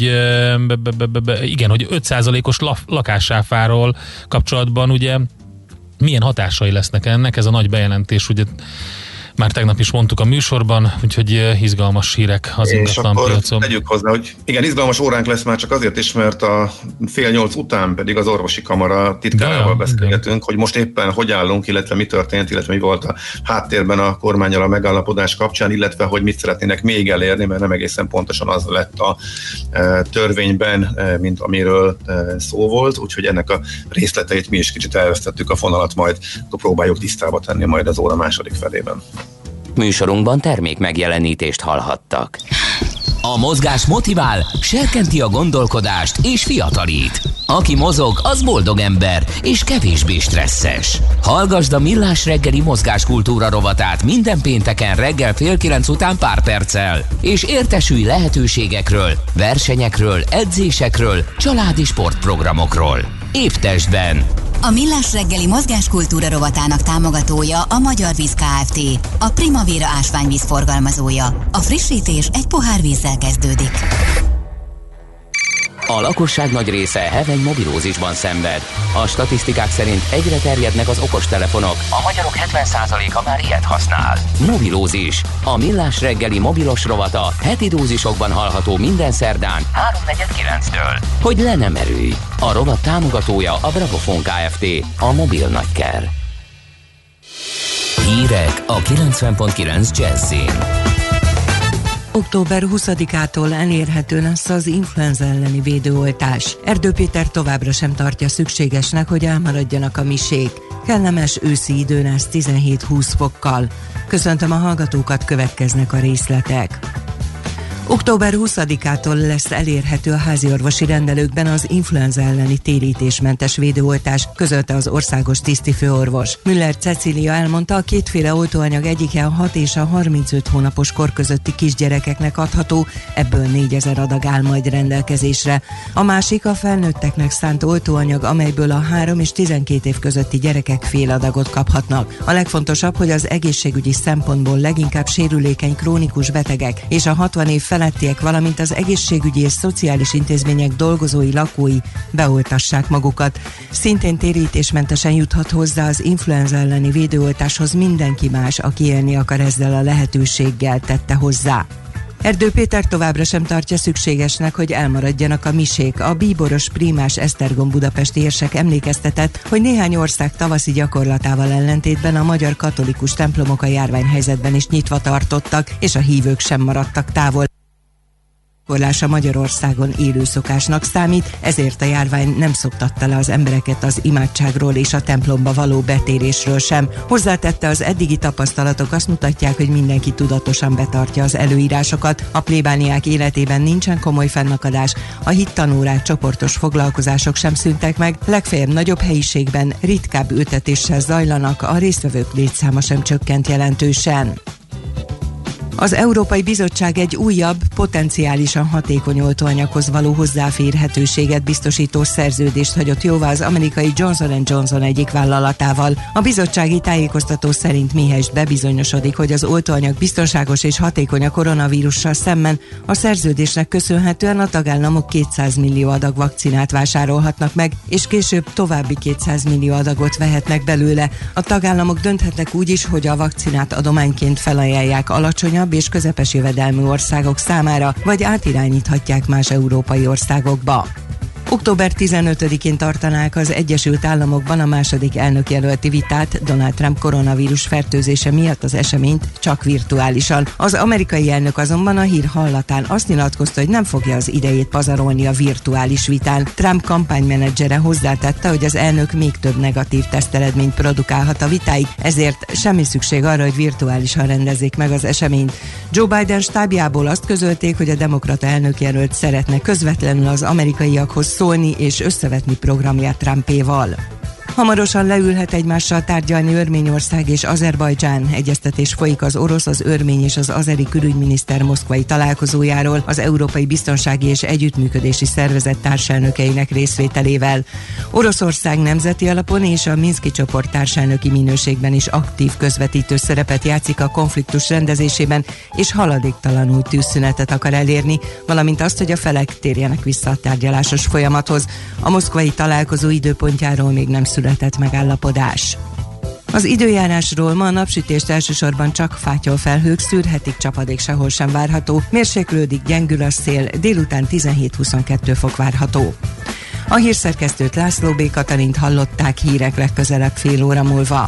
Speaker 4: igen, hogy öt százalékos lakásáfáról kapcsolatban ugye milyen hatásai lesznek ennek, ez a nagy bejelentés, ugye már tegnap is mondtuk a műsorban, úgyhogy izgalmas hírek az ingatlan piacon.
Speaker 5: Tegyük hozzá, hogy igen, izgalmas óránk lesz már csak azért is, mert a fél nyolc után pedig az orvosi kamara titkárával beszélgetünk, igen, hogy most éppen hogy állunk, illetve mi történt, illetve mi volt a háttérben a kormánnyal a megállapodás kapcsán, illetve hogy mit szeretnének még elérni, mert nem egészen pontosan az lett a e, törvényben, e, mint amiről e, szó volt, úgyhogy ennek a részleteit mi is kicsit elvesztettük a fonalat, majd próbáljuk tisztába tenni majd az óra második felében.
Speaker 1: Műsorunkban termék megjelenítést hallhattak. A mozgás motivál, serkenti a gondolkodást és fiatalít. Aki mozog, az boldog ember és kevésbé stresszes. Hallgasd a Millás reggeli mozgáskultúra rovatát minden pénteken reggel fél kilenc után pár perccel, és értesülj lehetőségekről, versenyekről, edzésekről, családi sportprogramokról. Épp testben.
Speaker 8: A Millás reggeli mozgáskultúra rovatának támogatója a Magyar Víz Kft., a Primavera ásványvíz forgalmazója. A frissítés egy pohár vízzel kezdődik.
Speaker 1: A lakosság nagy része heveny mobilózisban szenved. A statisztikák szerint egyre terjednek az okostelefonok, a magyarok hetven százaléka már ilyet használ. Mobilózis, a Millás reggeli mobilos rovata heti dózisokban hallható minden szerdán háromnegyed kilenctől. Hogy le nem erőj. A rovat támogatója a Bravofon Kft., a mobil nagyker. Hírek a kilencven pont kilenc Jazzin.
Speaker 9: október huszadikától elérhető lesz az influenza elleni védőoltás. Erdő Péter továbbra sem tartja szükségesnek, hogy elmaradjanak a misék. Kellemes őszi idő lesz tizenhét-húsz fokkal. Köszöntöm a hallgatókat, következnek a részletek. október huszadikától lesz elérhető a háziorvosi rendelőkben az influenza elleni térítésmentes védőoltás, közölte az országos tisztifőorvos. Müller Cecília elmondta, a kétféle oltóanyag egyike a hat és a harmincöt hónapos kor közötti kisgyerekeknek adható, ebből négyezer adag áll majd rendelkezésre. A másik a felnőtteknek szánt oltóanyag, amelyből a három és tizenkét év közötti gyerekek fél adagot kaphatnak. A legfontosabb, hogy az egészségügyi szempontból leginkább sérülékeny krónikus betegek és a hatvan év felettiek, valamint az egészségügyi és szociális intézmények dolgozói, lakói beoltassák magukat. Szintén térítésmentesen juthat hozzá az influenza elleni védőoltáshoz mindenki más, aki élni akar ezzel a lehetőséggel, tette hozzá. Erdő Péter továbbra sem tartja szükségesnek, hogy elmaradjanak a misék. A bíboros prímás Esztergom budapesti érsek emlékeztetett, hogy néhány ország tavaszi gyakorlatával ellentétben a magyar katolikus templomok a járványhelyzetben is nyitva tartottak, és a hívők sem maradtak távol. Korlása Magyarországon élő szokásnak számít, ezért a járvány nem szoktatta le az embereket az imádságról és a templomba való betérésről sem. Hozzátette, az eddigi tapasztalatok azt mutatják, hogy mindenki tudatosan betartja az előírásokat. A plébániák életében nincsen komoly fennakadás, a hittanórák, csoportos foglalkozások sem szűntek meg, legfeljebb nagyobb helyiségben ritkább ültetéssel zajlanak, a résztvevők létszáma sem csökkent jelentősen. Az Európai Bizottság egy újabb, potenciálisan hatékony oltóanyaghoz való hozzáférhetőséget biztosító szerződést hagyott jóvá az amerikai Johnson and Johnson egyik vállalatával. A bizottsági tájékoztató szerint mihelyest bebizonyosodik, hogy az oltóanyag biztonságos és hatékony a koronavírussal szemben, a szerződésnek köszönhetően a tagállamok kétszáz millió adag vakcinát vásárolhatnak meg, és később további kétszáz millió adagot vehetnek belőle. A tagállamok dönthetnek úgy is, hogy a vakcinát adományként felajánlják alacsonyabb és közepes jövedelmű országok számára, vagy átirányíthatják más európai országokba. október tizenötödikén tartanák az Egyesült Államokban a második elnökjelölti vitát Donald Trump koronavírus fertőzése miatt az eseményt csak virtuálisan. Az amerikai elnök azonban a hír hallatán azt nyilatkozta, hogy nem fogja az idejét pazarolni a virtuális vitán. Trump kampánymenedzsere hozzátette, hogy az elnök még több negatív teszteredményt produkálhat a vitáig, ezért semmi szükség arra, hogy virtuálisan rendezzék meg az eseményt. Joe Biden stábjából azt közölték, hogy a demokrata elnökjelölt szeretne közvetlenül az amerikaiakhoz szólni és összevetni programját Trumpéval. Hamarosan leülhet egymással tárgyalni Örményország és Azerbajdzsán. Egyeztetés folyik az orosz, az örmény és az azeri külügyminiszter moszkvai találkozójáról az Európai Biztonsági és Együttműködési Szervezet társelnökeinek részvételével. Oroszország nemzeti alapon és a Minszki csoport társelnöki minőségben is aktív közvetítő szerepet játszik a konfliktus rendezésében, és haladéktalanul tűzszünetet akar elérni, valamint azt, hogy a felek térjenek vissza a tárgyalásos folyamathoz. A moszkvai találkozó időpontjáról még nem született megállapodás. Az időjárásról: ma a napsütést elsősorban csak fátyolfelhők, szűrhetik, csapadék sehol sem várható, mérséklődik, gyengül a szél, délután tizenhét-huszonkettő fok várható. A hírszerkesztőt, László B. Katalint hallották, hírek legközelebb fél óra múlva.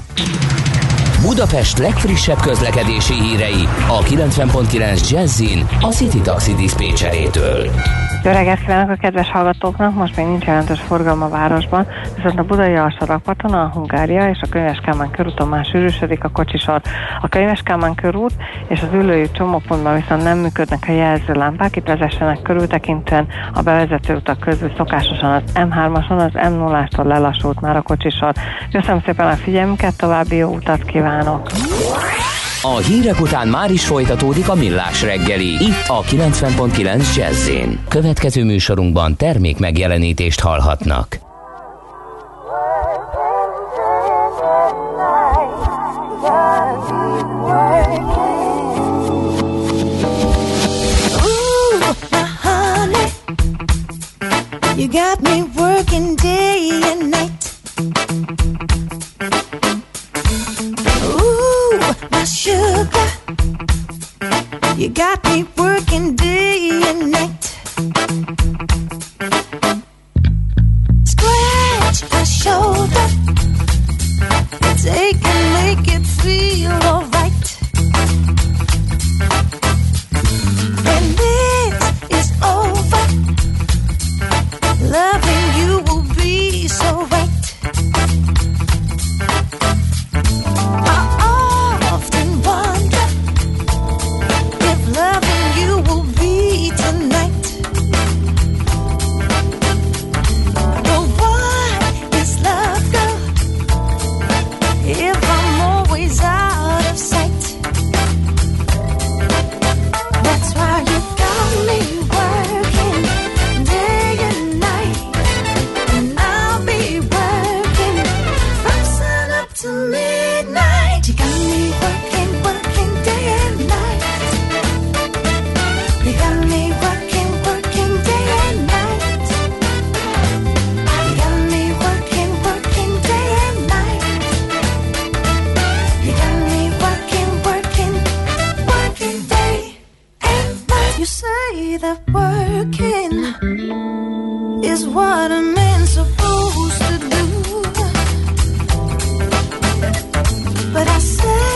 Speaker 1: Budapest legfrissebb közlekedési hírei a kilencven pont kilenc Jazzin a City Taxi diszpécserétől.
Speaker 10: Jó reggelt kívánok a kedves hallgatóknak! Most még nincs jelentős forgalom a városban, viszont a budai alsórakparton, a Hungária és a Könyves Kálmán körúton már sűrűsödik a kocsisor. A Könyves Kálmán körút és az Üllői csomópontban viszont nem működnek a jelzőlámpák, itt vezessenek körültekintően a bevezető utak közül szokásosan az em hármason, az em nullától lelassult már a kocsisor. Köszönöm szépen a figyelmüket, további jó utat kívánok!
Speaker 1: A hírek után már is folytatódik a Millás reggeli, itt a kilencven pont kilenc Jazz-én. Következő műsorunkban termék megjelenítést hallhatnak.
Speaker 11: You got me working day and night. Ooh, my sugar. You got me working day and night. Scratch a shoulder. Take and make it feel alright. When this is over, loving you will be so right. I often wonder if loving you will be tonight. But what is love, girl, if I'm always out of sight? That's why you got me working day and night, and I'll be working from sun up to midnight. You got me working, working day and night. You got me working, working day and night. You got me working, working day and night. You got me working, working, working day and night. You say that working is what a man's supposed to do, but I say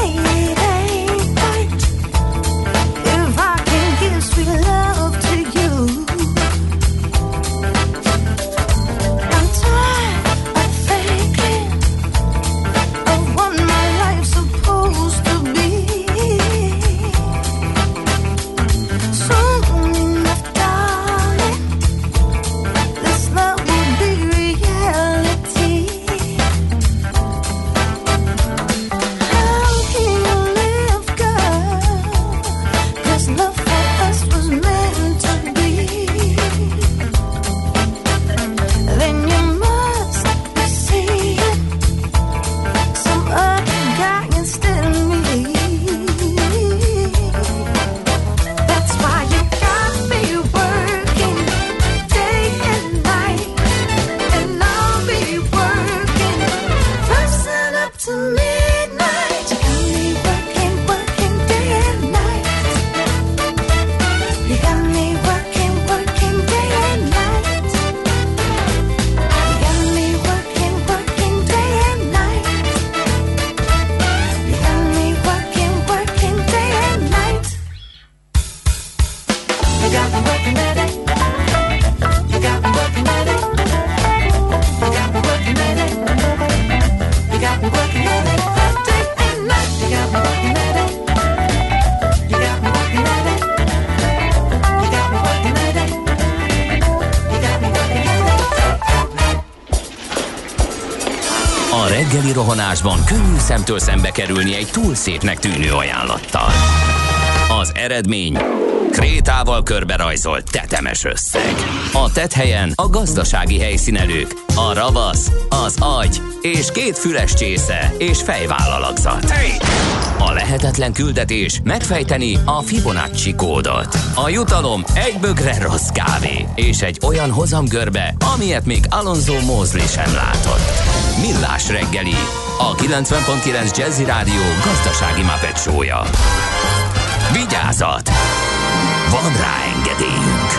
Speaker 1: reggeli rohanásban könnyű szemtől szembe kerülni egy túl szépnek tűnő ajánlattal. Az eredmény krétával körberajzolt tetemes összeg. A tetthelyen a gazdasági helyszínelők, a ravasz, az agy és két füles csésze és fejvállalakzat. A lehetetlen küldetés megfejteni a Fibonacci kódot. A jutalom egy bögre rossz kávé és egy olyan hozamgörbe, amilyet még Alonso Mosley sem látott. Millás reggeli, a kilencven pont kilenc Jazzy Rádió gazdasági Muppet show-ja. Vigyázat! Van rá engedélyünk!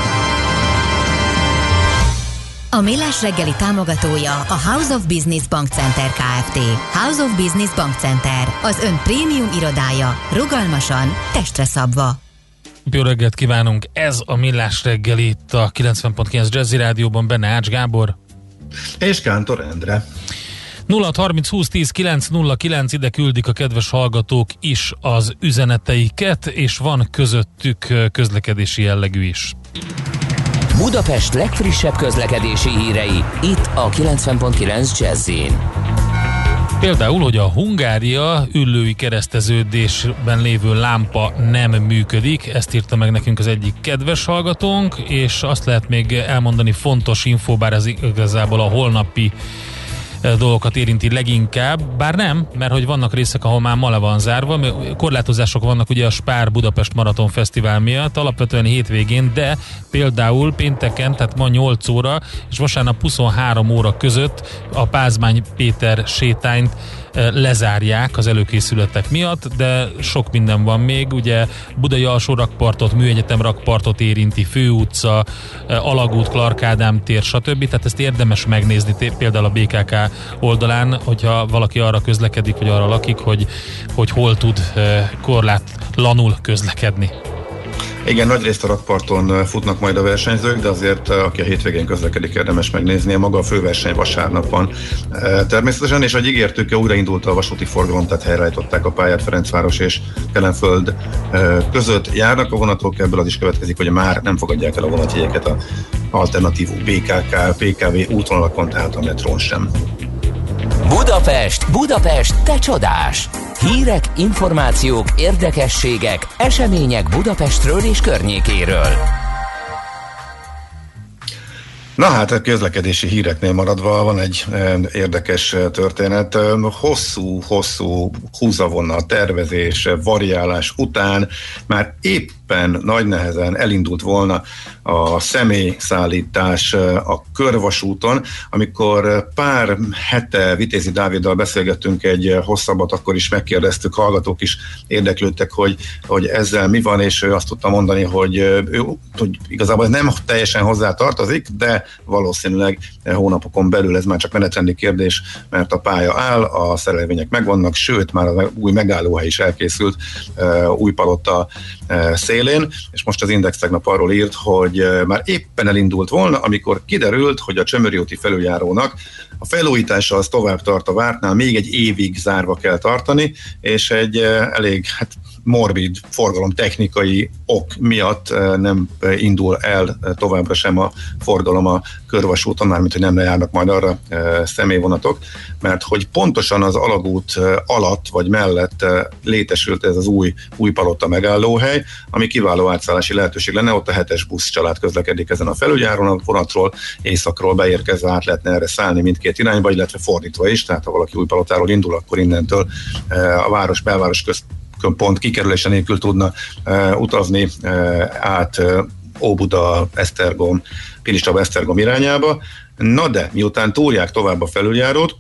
Speaker 8: A Millás reggeli támogatója a House of Business Bankcenter Kft. House of Business Bankcenter, az ön prémium irodája, rugalmasan, testre szabva.
Speaker 4: Jó reggelt kívánunk! Ez a Millás reggeli itt a kilencven pont kilenc Jazzy Rádióban, benne Ács Gábor.
Speaker 5: És Kántor Endre.
Speaker 4: nulla harminc húsz tíz kilenc nulla kilenc, ide küldik a kedves hallgatók is az üzeneteiket, és van közöttük közlekedési jellegű is.
Speaker 1: Budapest legfrissebb közlekedési hírei, itt a kilencven pont kilenc Jazzyn.
Speaker 4: Például, hogy a Hungária üllői kereszteződésben lévő lámpa nem működik, ezt írta meg nekünk az egyik kedves hallgatónk, és azt lehet még elmondani, fontos info, bár ez igazából a holnapi dolgokat érinti leginkább, bár nem, mert hogy vannak részek, ahol már ma le van zárva, korlátozások vannak ugye a Spár Budapest Maraton Fesztivál miatt, alapvetően hétvégén, de például pénteken, tehát ma nyolc óra és vasárnap huszonhárom óra között a Pázmány Péter sétányt lezárják az előkészületek miatt, de sok minden van még, ugye Budai alsó rakpartot, Műegyetem rakpartot érinti, Főutca, Alagút, Clark Ádám tér, stb. Tehát ezt érdemes megnézni például a bé ká ká oldalán, hogyha valaki arra közlekedik, vagy arra lakik, hogy, hogy hol tud korlátlanul közlekedni.
Speaker 5: Igen, nagyrészt a rakparton futnak majd a versenyzők, de azért aki a hétvégén közlekedik, érdemes megnézni. Maga a főverseny vasárnap van természetesen, és ahogy ígértük, újraindult a vasúti forgalom, tehát helyreállították a pályát Ferencváros és Kelenföld között. Járnak a vonatok, ebből az is következik, hogy már nem fogadják el a vonatjegyeket a alternatívú bé ká ká, pé ká vé útvonalakon, tehát a metrón sem.
Speaker 1: Budapest, Budapest, te csodás! Hírek, információk, érdekességek, események Budapestről és környékéről.
Speaker 5: Na hát a közlekedési híreknél maradva van egy e, érdekes történet. Hosszú-hosszú húzavonna, tervezés, variálás után már éppen nagy nehezen elindult volna a személyszállítás a körvasúton, amikor pár hete Vitézi Dáviddal beszélgettünk egy hosszabbat, akkor is megkérdeztük, hallgatók is érdeklődtek, hogy, hogy ezzel mi van, és ő azt tudta mondani, hogy, ő, hogy igazából ez nem teljesen hozzá tartozik, de valószínűleg hónapokon belül ez már csak menetrendi kérdés, mert a pálya áll, a szerelvények megvannak, sőt már az új megállóhely is elkészült Újpalota szélén, és most az Index tegnap arról írt, hogy már éppen elindult volna, amikor kiderült, hogy a Csömöri úti felüljárónak a felújítása az tovább tart a vártnál, még egy évig zárva kell tartani, és egy elég hát, morbid forgalomtechnikai ok miatt nem indul el továbbra sem a forgalom a körvasúton, mármint, hogy nem lejárnak majd arra személyvonatok, mert hogy pontosan az Alagút alatt vagy mellett létesült ez az új Újpalota megállóhely, ami kiváló átszállási lehetőség lenne, ott a hetes busz család közlekedik ezen a felüljáron, a vonatról északról beérkezve át lehetne erre szállni mindkét irányba, illetve fordítva is, tehát ha valaki Újpalotáról indul, akkor innentől a város, belváros közt pont kikerülése nélkül tudna uh, utazni uh, át uh, Óbuda, Esztergom, Piliscsaba, Esztergom irányába. Na de, miután túrják tovább a felüljárót,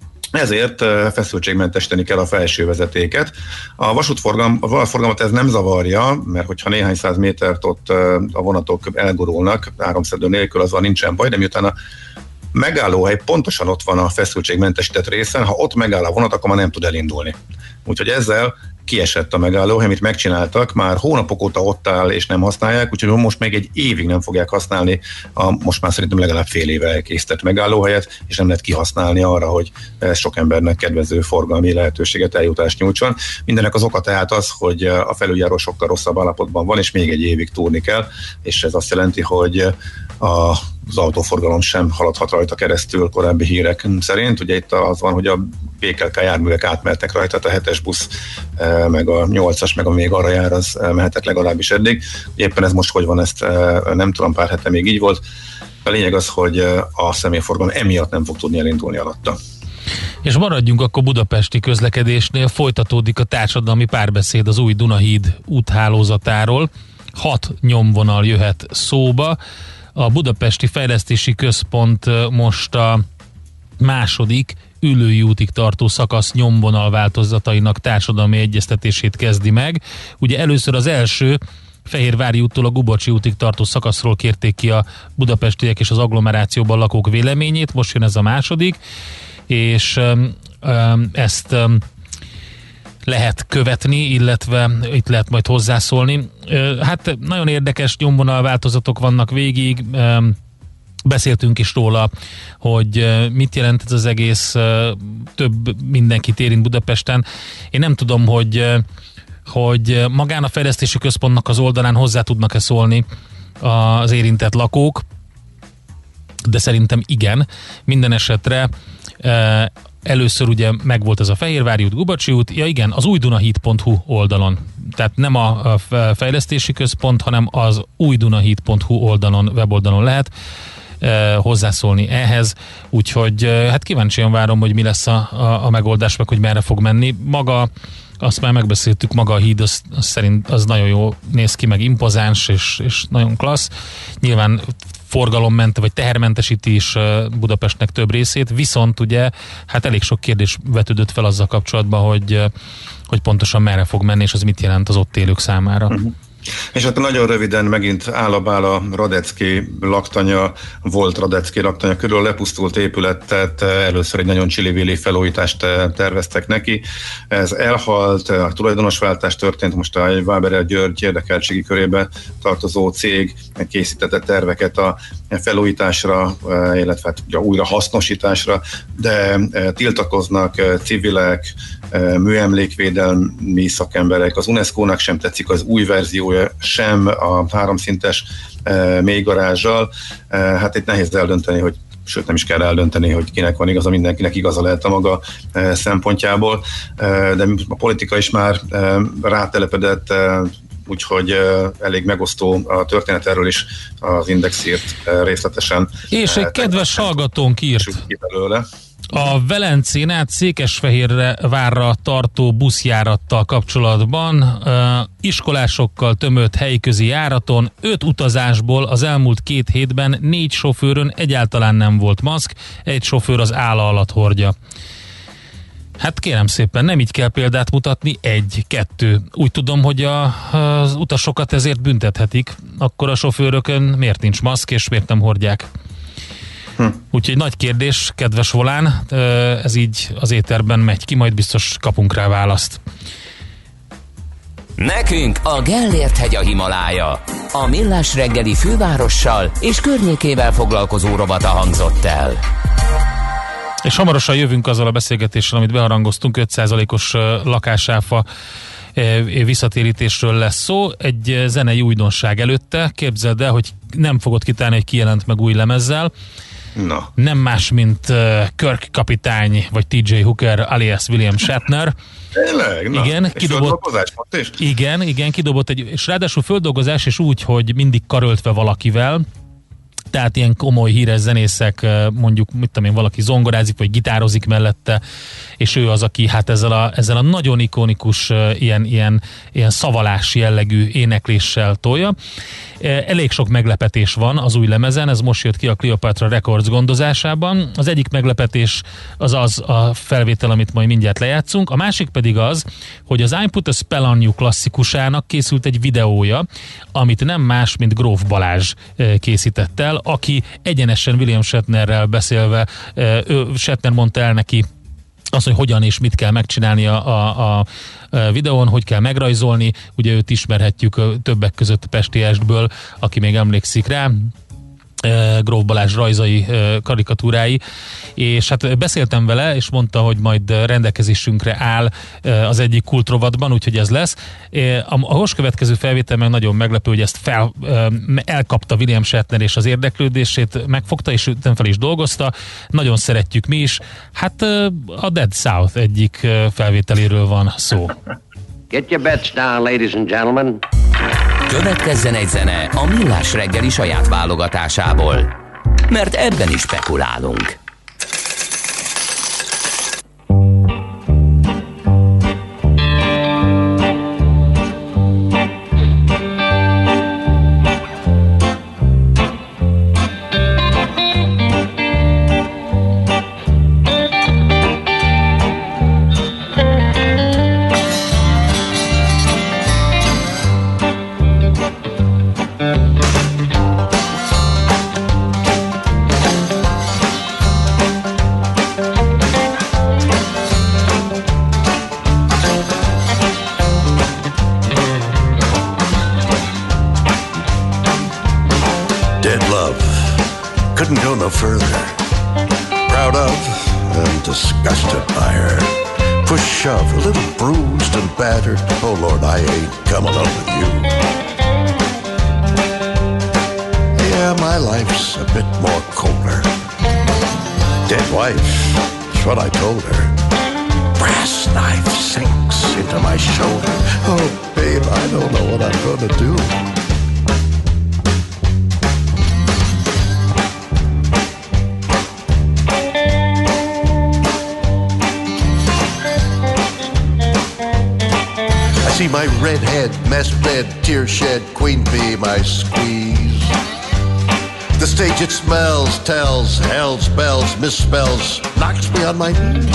Speaker 5: ezért uh, feszültségmentesíteni kell a felső vezetéket. A vasútforgalom, a vonatforgalmat ez nem zavarja, mert hogyha néhány száz métert ott uh, a vonatok elgurulnak, áramszedő nélkül, azzal nincsen baj, de miután a megállóhely pontosan ott van a feszültségmentesített részen, ha ott megáll a vonat, akkor már nem tud elindulni. Úgyhogy ezzel kiesett a megállóhely, amit megcsináltak, már hónapok óta ott áll és nem használják, úgyhogy most még egy évig nem fogják használni a most már szerintem legalább fél éve elkészített megállóhelyet, és nem lehet kihasználni arra, hogy ez sok embernek kedvező forgalmi lehetőséget, eljutást nyújtson. Mindenek az oka tehát az, hogy a felüljáró sokkal rosszabb állapotban van, és még egy évig túrni kell, és ez azt jelenti, hogy a az autóforgalom sem haladhat rajta keresztül korábbi hírek szerint. Ugye itt az van, hogy a bé ká ká járművek átmehetnek rajta, a hetes busz, meg a nyolcas, meg a még arra jár, az mehetett legalábbis eddig. Éppen ez most hogy van, ezt nem tudom, pár hete még így volt. A lényeg az, hogy a személyforgalom emiatt nem fog tudni elindulni alatta.
Speaker 4: És maradjunk akkor budapesti közlekedésnél, folytatódik a társadalmi párbeszéd az új Dunahíd úthálózatáról. Hat nyomvonal jöhet szóba. A Budapesti Fejlesztési Központ most a második Üllői útig tartó szakasz nyomvonal változatainak társadalmi egyeztetését kezdi meg. Ugye először az első Fehérvári úttól a Gubocsi útig tartó szakaszról kérték ki a budapestiek és az agglomerációban lakók véleményét, most jön ez a második, és um, um, ezt um, lehet követni, illetve itt lehet majd hozzászólni. Uh, hát nagyon érdekes nyomvonal változatok vannak végig, um, beszéltünk is róla, hogy uh, mit jelent ez az egész, uh, több mindenkit érint Budapesten. Én nem tudom, hogy uh, hogy magán a fejlesztési központnak az oldalán hozzá tudnak-e szólni az érintett lakók, de szerintem igen. Minden esetre e, először ugye megvolt ez a Fehérvári út, Gubocsi út, ja igen, az újdunahíd pont hu oldalon. Tehát nem a fejlesztési központ, hanem az újdunahíd pont hu oldalon, weboldalon lehet e, hozzászólni ehhez, úgyhogy hát kíváncsian várom, hogy mi lesz a, a, a megoldás, meg hogy merre fog menni. Maga azt már megbeszéltük, maga a híd, az, az szerint az nagyon jó néz ki, meg impozáns, és, és nagyon klassz. Nyilván forgalommente, vagy tehermentesíti is Budapestnek több részét, viszont ugye, hát elég sok kérdés vetődött fel azzal kapcsolatban, hogy, hogy pontosan merre fog menni, és az mit jelent az ott élők számára. Uh-huh.
Speaker 5: És hát nagyon röviden megint állabál a Radecki laktanya, volt Radecki laktanya körül lepusztult épületet, először egy nagyon csili-vili felújítást terveztek neki. Ez elhalt, a tulajdonosváltás történt, most a Váberel György érdekeltségi körébe tartozó cég készítette terveket a felújításra, illetve hát ugye újra hasznosításra, de tiltakoznak civilek, műemlékvédelmi szakemberek, az UNESCO-nak sem tetszik az új verziója, sem a háromszintes mélygarázsal. Hát itt nehéz eldönteni, hogy sőt nem is kell eldönteni, hogy kinek van igaza, mindenkinek igaza lehet a maga szempontjából, de a politika is már rátelepedett, úgyhogy elég megosztó a történet, erről is az Index írt részletesen.
Speaker 4: És egy kedves hallgatónk írt. A Velencén át Székesfehérvárra tartó buszjárattal kapcsolatban uh, iskolásokkal tömött helyközi járaton öt utazásból az elmúlt két hétben négy sofőrön egyáltalán nem volt maszk, egy sofőr az álla alatt hordja. Hát kérem szépen, nem így kell példát mutatni, egy, kettő. Úgy tudom, hogy a, az utasokat ezért büntethetik, akkor a sofőrökön miért nincs maszk, és miért nem hordják? Hm. Úgyhogy nagy kérdés, kedves Volán, ez így az éterben megy ki, majd biztos kapunk rá választ.
Speaker 1: Nekünk a Gellért-hegy a Himalája. A Millás reggeli fővárossal és környékével foglalkozó rovata hangzott el.
Speaker 4: És hamarosan jövünk azzal a beszélgetéssel, amit beharangoztunk, öt százalékos lakásáfa visszatérítésről lesz szó. Egy zenei újdonság előtte. Képzeld el, hogy nem fogod kitálni, hogy kijelent meg új lemezzel.
Speaker 5: Na.
Speaker 4: Nem más, mint uh, Kirk kapitány, vagy té jé Hooker alias William Shatner.
Speaker 5: Tényleg? Na.
Speaker 4: Igen,
Speaker 5: és
Speaker 4: kidobott, igen, igen, kidobott egy, és ráadásul földolgozás is úgy, hogy mindig karöltve valakivel, tehát ilyen komoly híres zenészek, mondjuk, mit tudom én, valaki zongorázik, vagy gitározik mellette, és ő az, aki hát ezzel a, ezzel a nagyon ikonikus, ilyen, ilyen, ilyen szavalás jellegű énekléssel tolja. Elég sok meglepetés van az új lemezen, ez most jött ki a Cleopatra Records gondozásában. Az egyik meglepetés az az a felvétel, amit majd mindjárt lejátszunk, a másik pedig az, hogy az I Put a Spell on You klasszikusának készült egy videója, amit nem más, mint Gróf Balázs készített el, aki egyenesen William Shatnerrel beszélve, ő, Shatner mondta el neki azt, hogy hogyan és mit kell megcsinálni a, a, a videón, hogy kell megrajzolni, ugye őt ismerhetjük többek között a Pesti Estből, aki még emlékszik rá, Gróf Balázs rajzai, karikatúrái, és hát beszéltem vele, és mondta, hogy majd rendelkezésünkre áll az egyik kultrovatban, úgyhogy ez lesz. A most következő felvétel meg nagyon meglepő, hogy ezt fel, elkapta William Shatner, és az érdeklődését megfogta, és ütem fel is dolgozta. Nagyon szeretjük mi is. Hát a Dead South egyik felvételéről van szó.
Speaker 12: Get your bets down, ladies and gentlemen.
Speaker 1: Következzen egy zene a Millás reggeli saját válogatásából, mert ebben is spekulálunk.
Speaker 13: Further, proud of and disgusted by her. Push, shove, a little bruised and battered. Oh Lord, I ain't coming up with you. Yeah, my life's a bit more colder. Dead wife, that's what I told her. Brass knife sinks into my shoulder. Oh babe, I don't know what I'm gonna do. See my redhead, mess bed, tear shed, queen bee, my squeeze. The stage it smells, tells, hell's bells, misspells, knocks me on my knees.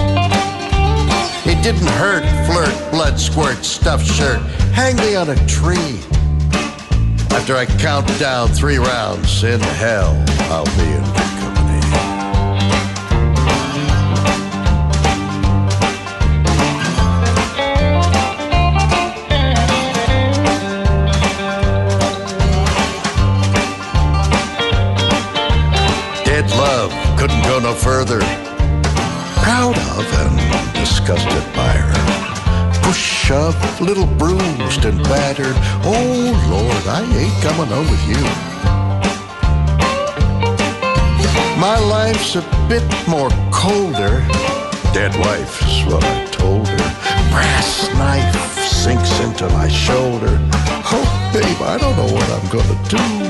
Speaker 13: It didn't hurt, flirt, blood squirt, stuffed shirt, hang me on a tree. After I count down three rounds, in hell I'll be in good company. Couldn't go no further. Proud of and disgusted by her. Push, shove, little bruised and battered. Oh Lord, I ain't coming home with you. My life's a bit more colder. Dead wife's what I told her. Brass knife sinks into my shoulder. Oh babe, I don't know what I'm gonna do.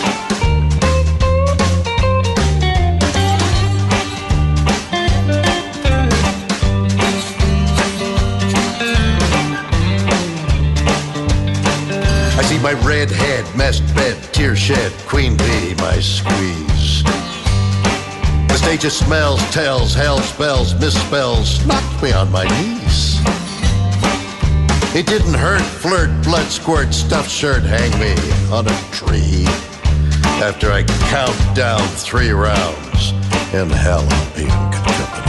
Speaker 13: My red head, messed bed, tear shed, queen bee, my squeeze. The stage of smells, tells, hell spells, misspells, knocked me on my knees. It didn't hurt, flirt, blood squirt, stuffed shirt, hang me on a tree. After I count down three rounds, in hell I'll be in good company.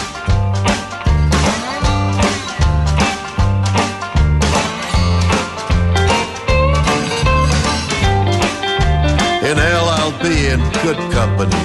Speaker 13: In hell I'll be in good company.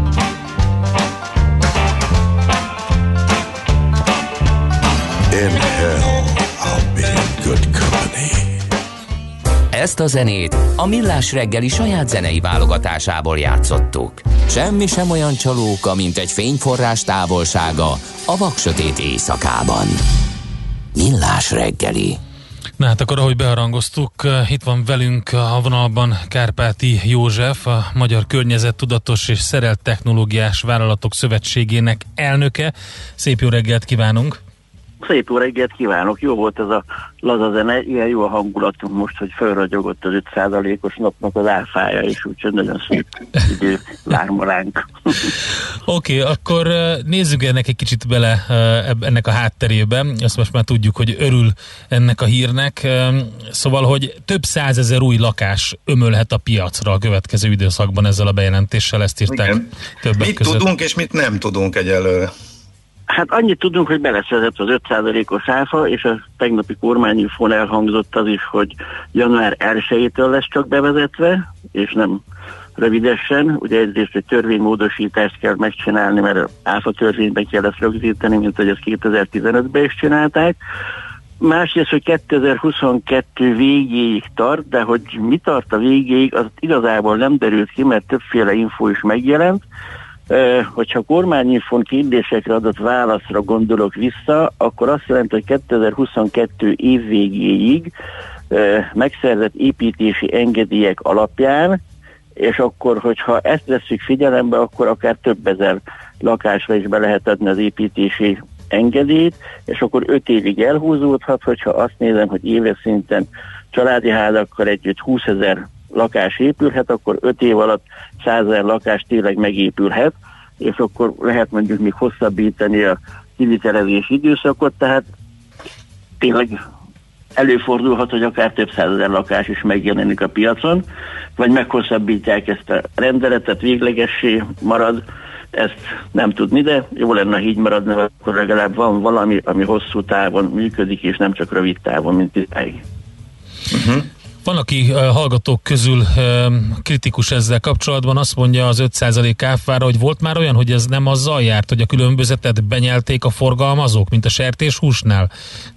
Speaker 13: In hell I'll be in good company.
Speaker 1: Ezt a zenét a Millás reggeli saját zenei válogatásából játszottuk. Semmi sem olyan csalóka, mint egy fényforrás távolsága a vaksötét éjszakában. Millás reggeli.
Speaker 4: Na hát akkor, ahogy beharangoztuk, itt van velünk a vonalban Kárpáti József, a Magyar Környezettudatos és Szerelt Technológiás Vállalatok Szövetségének elnöke. Szép jó reggelt kívánunk!
Speaker 14: Szép jó reggelt kívánok! Jó volt ez a laza zene, ilyen jó a hangulatunk most, hogy felragyogott az öt százalékos napnak az álfája, és úgyhogy nagyon szép idő vár ma ránk.
Speaker 4: Oké, okay, akkor nézzük ennek egy kicsit bele ennek a hátterébe. Azt most már tudjuk, hogy örül ennek a hírnek. Szóval, hogy több százezer új lakás ömölhet a piacra a következő időszakban ezzel a bejelentéssel, ezt írták
Speaker 5: igen.
Speaker 4: Többek
Speaker 5: mit
Speaker 4: között.
Speaker 5: tudunk és mit nem tudunk egyelőre?
Speaker 14: Hát annyit tudunk, hogy beleszedett az öt százalékos áfa, és a tegnapi kormányinfón elhangzott az is, hogy január elsejétől lesz csak bevezetve, és nem rövidesen. Ugye egyrészt egy törvénymódosítást kell megcsinálni, mert az áfa törvényben kell ezt rögzíteni, mint hogy ezt kétezer-tizenötben is csinálták. Másrészt, hogy kétezer-huszonkettő végéig tart, de hogy mi tart a végéig, az igazából nem derült ki, mert többféle info is megjelent. Uh, hogyha kormányinfon kérdésekre adott válaszra gondolok vissza, akkor azt jelenti, hogy kétezer-huszonkettő év végéig uh, megszerzett építési engedélyek alapján, és akkor, hogyha ezt vesszük figyelembe, akkor akár több ezer lakásra is be lehet adni az építési engedélyt, és akkor öt évig elhúzódhat, hogyha azt nézem, hogy éves szinten családi házakkal együtt húszezer lakás épülhet, akkor öt év alatt százezer lakás tényleg megépülhet, és akkor lehet mondjuk még hosszabbítani a kivitelezési időszakot, tehát tényleg előfordulhat, hogy akár több százezer lakás is megjelenik a piacon, vagy meghosszabbítják ezt a rendeletet, véglegessé marad, ezt nem tudni, de jó lenne, ha így maradna, akkor legalább van valami, ami hosszú távon működik, és nem csak rövid távon, mint idáig.
Speaker 4: Uh-huh. Van, aki uh, hallgatók közül uh, kritikus ezzel kapcsolatban, azt mondja az öt százalék áfára, hogy volt már olyan, hogy ez nem azzal járt, hogy a különbözetet benyelték a forgalmazók, mint a sertéshúsnál?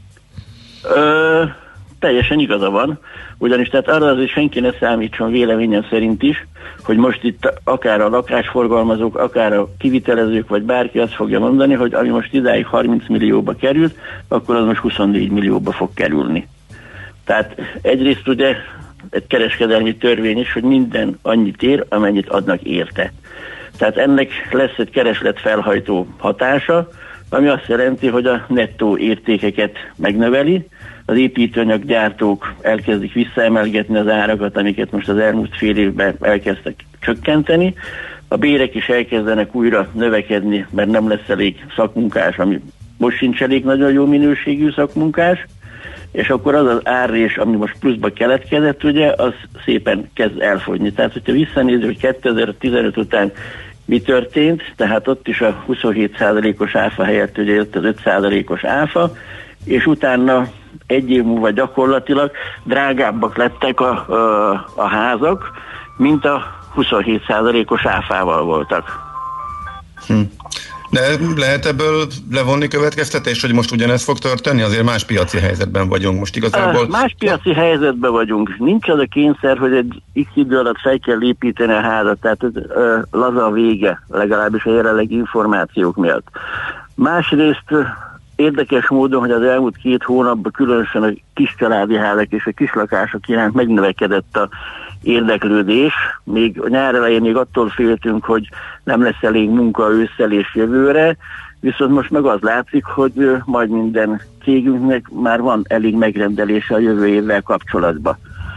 Speaker 14: Ö, teljesen igaza van, ugyanis tehát arra azért senki ne számítson véleményem szerint is, hogy most itt akár a lakásforgalmazók, akár a kivitelezők, vagy bárki azt fogja mondani, hogy ami most idáig harminc millióba került, akkor az most huszonnégy millióba fog kerülni. Tehát egyrészt ugye egy kereskedelmi törvény is, hogy minden annyit ér, amennyit adnak érte. Tehát ennek lesz egy keresletfelhajtó hatása, ami azt jelenti, hogy a nettó értékeket megnöveli, az építőanyaggyártók elkezdik visszaemelgetni az árakat, amiket most az elmúlt fél évben elkezdtek csökkenteni, a bérek is elkezdenek újra növekedni, mert nem lesz elég szakmunkás, ami most sincs elég nagyon jó minőségű szakmunkás, és akkor az az árrés, ami most pluszba keletkezett, ugye, az szépen kezd elfogyni. Tehát, hogyha visszanézzük, hogy kétezer-tizenöt után mi történt, tehát ott is a huszonhét százalékos áfa helyett ugye jött az öt százalékos áfa, és utána egy év múlva gyakorlatilag drágábbak lettek a, a, a házak, mint a huszonhét százalékos áfával voltak.
Speaker 5: Hm. De lehet ebből levonni következtetés, hogy most ugyanez fog történni? Azért más piaci helyzetben vagyunk most igazából.
Speaker 14: Más piaci helyzetben vagyunk. Nincs az a kényszer, hogy egy x idő alatt fel kell építeni a házat, tehát ez ö, laza a vége, legalábbis a jelenlegi információk miatt. Másrészt érdekes módon, hogy az elmúlt két hónapban különösen a kis családi házak és a kislakások iránt megnövekedett a érdeklődés. Még a nyár elején még attól féltünk, hogy nem lesz elég munka ősszel és jövőre, viszont most meg az látszik, hogy majd minden cégünknek már van elég megrendelése a jövő évvel kapcsolatban.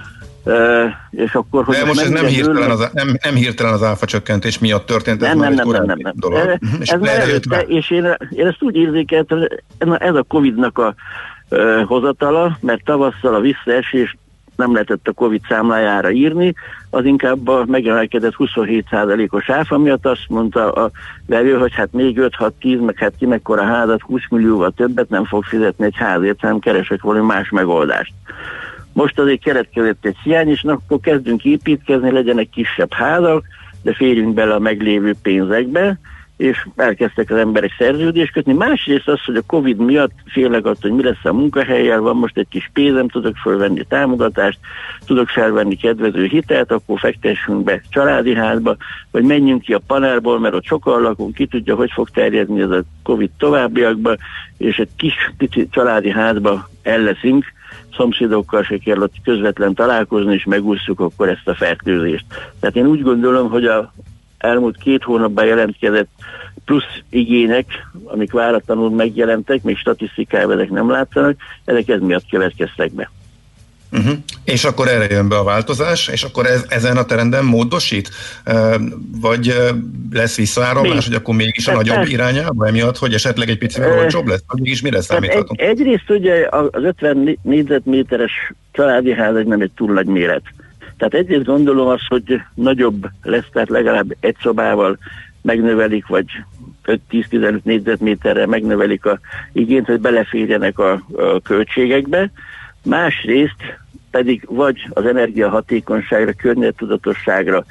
Speaker 14: Uh, és akkor, hogy
Speaker 5: de most ez nem hirtelen, az, nem, nem hirtelen az áfa csökkentés miatt történt, ez
Speaker 14: nem,
Speaker 5: már
Speaker 14: nem,
Speaker 5: egy
Speaker 14: nem, nem, nem.
Speaker 5: dolog.
Speaker 14: Ez,
Speaker 5: és
Speaker 14: ez már előtte, és én, én ezt úgy érzékeltem, hogy ez a Covid-nak a uh, hozatala, mert tavasszal a visszaesés nem lehetett a Covid számlájára írni, az inkább a megemelkedett huszonhét százalékos áfa miatt azt mondta a vevő, hogy hát még öt-hat-tíz, meg hát ki mekkora házat, húsz millióval többet nem fog fizetni egy házért, hanem keresek valami más megoldást. Most azért keletkezett egy hiány, és akkor kezdünk építkezni, legyenek kisebb házak, de férjünk bele a meglévő pénzekbe, és elkezdtek az emberek szerződést kötni. Másrészt az, hogy a Covid miatt félek attól, hogy mi lesz a munkahellyel, van most egy kis pénzem, tudok fölvenni támogatást, tudok felvenni kedvező hitelt, akkor fektessünk be családi házba, vagy menjünk ki a panelból, mert ott sokan lakunk, ki tudja, hogy fog terjedni ez a Covid továbbiakba, és egy kis pici családi házba el leszünk, szomszédokkal se kell ott közvetlen találkozni, és megússzuk akkor ezt a fertőzést. Tehát én úgy gondolom, hogy a elmúlt két hónapban jelentkezett plusz igények, amik váratlanul megjelentek, még statisztikában ezek nem látszanak, ezek ez miatt következtek be.
Speaker 5: Uh-huh. És akkor erre jön be a változás, és akkor ez, ezen a trenden módosít? Uh, vagy uh, lesz visszaáramlás, még, hogy akkor mégis a nagyobb ez, irányába, emiatt, hogy esetleg egy picit uh, olcsóbb lesz? Vagy mégis mire számíthatunk?
Speaker 14: Egy, egyrészt ugye az ötven négyzetméteres családi ház egy nem egy túl nagy méret. Tehát egyrészt gondolom azt, hogy nagyobb lesz, tehát legalább egy szobával megnövelik, vagy öt-tíz-tizenöt négyzetméterre megnövelik a igényt, hogy beleférjenek a, a költségekbe. Másrészt pedig vagy az energiahatékonyságra, környezettudatosságra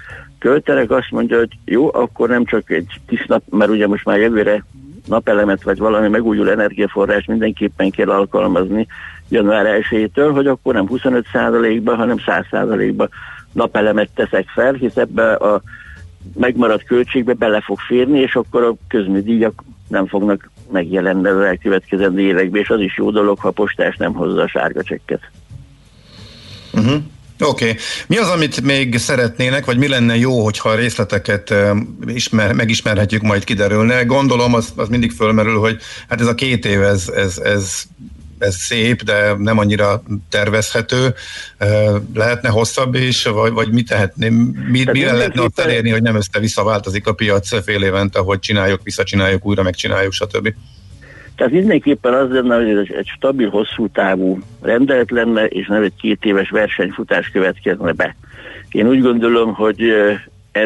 Speaker 14: költenek, azt mondja, hogy jó, akkor nem csak egy tíz nap, mert ugye most már jövőre napelemet vagy valami megújuló energiaforrás mindenképpen kell alkalmazni január elsejétől, hogy akkor nem huszonöt százalékba, hanem száz százalékba napelemet teszek fel, hisz ebbe a megmaradt költségbe bele fog férni, és akkor a közműdíjak nem fognak megjelenni az elkövetkezendő években, és az is jó dolog, ha a postás nem hozza a sárga csekket.
Speaker 5: Uh-huh. Oké. Okay. Mi az, amit még szeretnének, vagy mi lenne jó, hogyha a részleteket uh, ismer, megismerhetjük, majd kiderülne? Gondolom, az, az mindig fölmerül, hogy hát ez a két év, ez, ez, ez, ez szép, de nem annyira tervezhető. Uh, lehetne hosszabb is, vagy, vagy mit tehetné? Mi, mire lehetne ott elérni, hogy nem össze-vissza változik a piac fél évente, hogy csináljuk, visszacsináljuk, újra megcsináljuk, stb.?
Speaker 14: Tehát mindenképpen az lenne, hogy ez egy stabil, hosszú távú rendelet lenne, és nem egy két éves versenyfutás következne be. Én úgy gondolom, hogy ez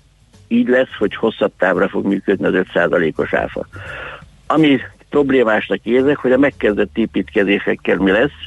Speaker 14: így lesz, hogy hosszabb távra fog működni az öt százalékos áfa. Ami problémásnak érzek, hogy a megkezdett építkezésekkel mi lesz,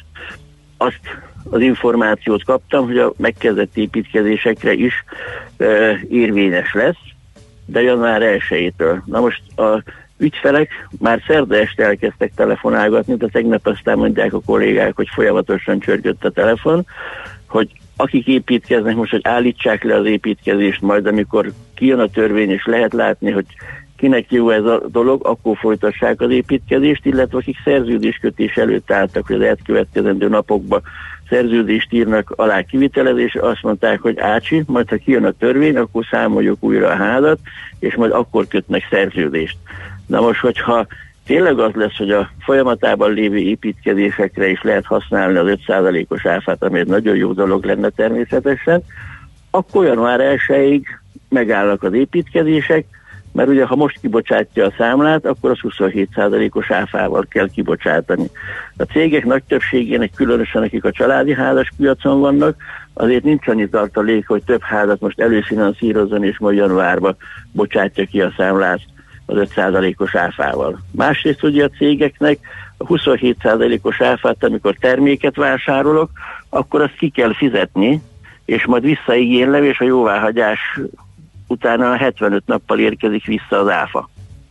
Speaker 14: azt az információt kaptam, hogy a megkezdett építkezésekre is e, érvényes lesz, de január elsejétől. Na most a ügyfelek már szerda este elkezdtek telefonálgatni, de tegnap aztán mondják a kollégák, hogy folyamatosan csörgött a telefon, hogy akik építkeznek most, hogy állítsák le az építkezést, majd amikor kijön a törvény, és lehet látni, hogy kinek jó ez a dolog, akkor folytassák az építkezést, illetve akik szerződéskötés előtt álltak, hogy az elkövetkezendő napokban szerződést írnak alá kivitelezésre, azt mondták, hogy ácsi, majd ha kijön a törvény, akkor számoljuk újra a házat, és majd akkor kötnek szerződést. Na most, hogyha tényleg az lesz, hogy a folyamatában lévő építkezésekre is lehet használni az öt százalékos áfát, ami egy nagyon jó dolog lenne természetesen, akkor január elsejéig megállnak az építkezések, mert ugye ha most kibocsátja a számlát, akkor az huszonhét százalékos áfával kell kibocsátani. A cégek nagy többségének, különösen akik a családi házas piacon vannak, azért nincs annyi tartalék, hogy több házat most előfinanszírozzon, és majd januárban bocsátja ki a számlát az öt százalékos áfával. Másrészt ugye a cégeknek a huszonhét százalékos áfát, amikor terméket vásárolok, akkor azt ki kell fizetni, és majd visszaigénylem, és a jóváhagyás utána hetvenöt nappal érkezik vissza az áfa.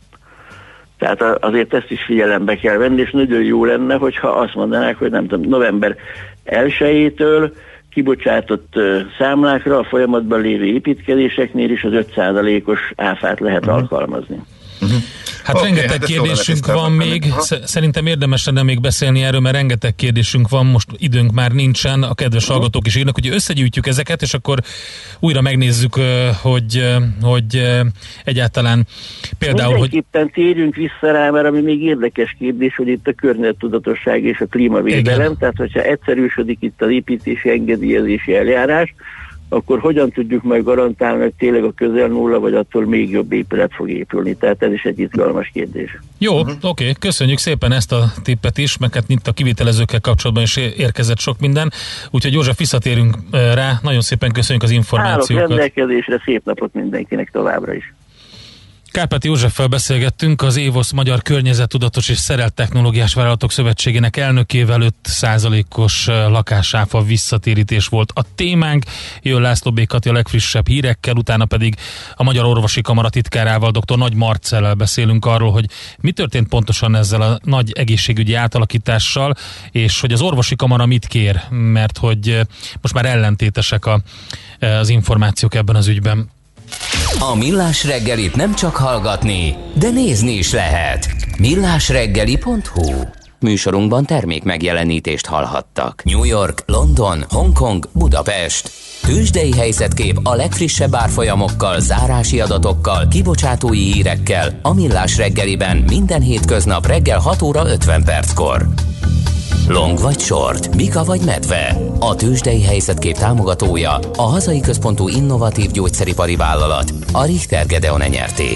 Speaker 14: Tehát azért ezt is figyelembe kell venni, és nagyon jó lenne, hogyha azt mondanák, hogy nem tudom, november elsejétől kibocsátott számlákra a folyamatban lévő építkezéseknél is az öt százalékos áfát lehet uh-huh. alkalmazni.
Speaker 4: Uh-huh. Hát okay, rengeteg hát kérdésünk van még, Sz- szerintem érdemes lenne még beszélni erről, mert rengeteg kérdésünk van, most időnk már nincsen, a kedves uh-huh. hallgatók is írnak, hogy összegyűjtjük ezeket, és akkor újra megnézzük, hogy, hogy egyáltalán például,
Speaker 14: mindenképpen hogy... térjünk vissza rá, mert ami még érdekes kérdés, hogy itt a környezettudatosság és a klímavédelem, igen. Tehát hogyha egyszerűsödik itt az építési engedélyezési eljárás, akkor hogyan tudjuk majd garantálni, hogy tényleg a közel nulla, vagy attól még jobb épület fog épülni. Tehát ez is egy izgalmas kérdés.
Speaker 4: Jó, uh-huh. oké, okay. Köszönjük szépen ezt a tippet is, meg hát itt a kivitelezőkkel kapcsolatban is érkezett sok minden. Úgyhogy József, visszatérünk rá. Nagyon szépen köszönjük az információkat.
Speaker 14: Állok rendelkezésre, szép napot mindenkinek továbbra is.
Speaker 4: Kárpáti Józseffel beszélgettünk, az évosz Magyar Környezettudatos és Szerelt Technológiás Vállalatok Szövetségének elnökével. Öt százalékos lakásáfa visszatérítés volt a témánk. Jön László B. Kati a legfrissebb hírekkel, utána pedig a Magyar Orvosi Kamara titkárával, dr. Nagy Marcellel beszélünk arról, hogy mi történt pontosan ezzel a nagy egészségügyi átalakítással, és hogy az Orvosi Kamara mit kér, mert hogy most már ellentétesek a, az információk ebben az ügyben.
Speaker 1: A Millás reggelit nem csak hallgatni, de nézni is lehet. millásreggeli pont hu. Műsorunkban termék megjelenítést hallhattak. New York, London, Hongkong, Budapest. Tőzsdei helyzetkép a legfrissebb árfolyamokkal, zárási adatokkal, kibocsátói hírekkel a Millás reggeliben minden hétköznap reggel hat óra ötven perckor. Long vagy short, bika vagy medve. A tőzsdei helyzetkép támogatója a hazai központú innovatív gyógyszeripari vállalat, a Richter Gedeon nyerté.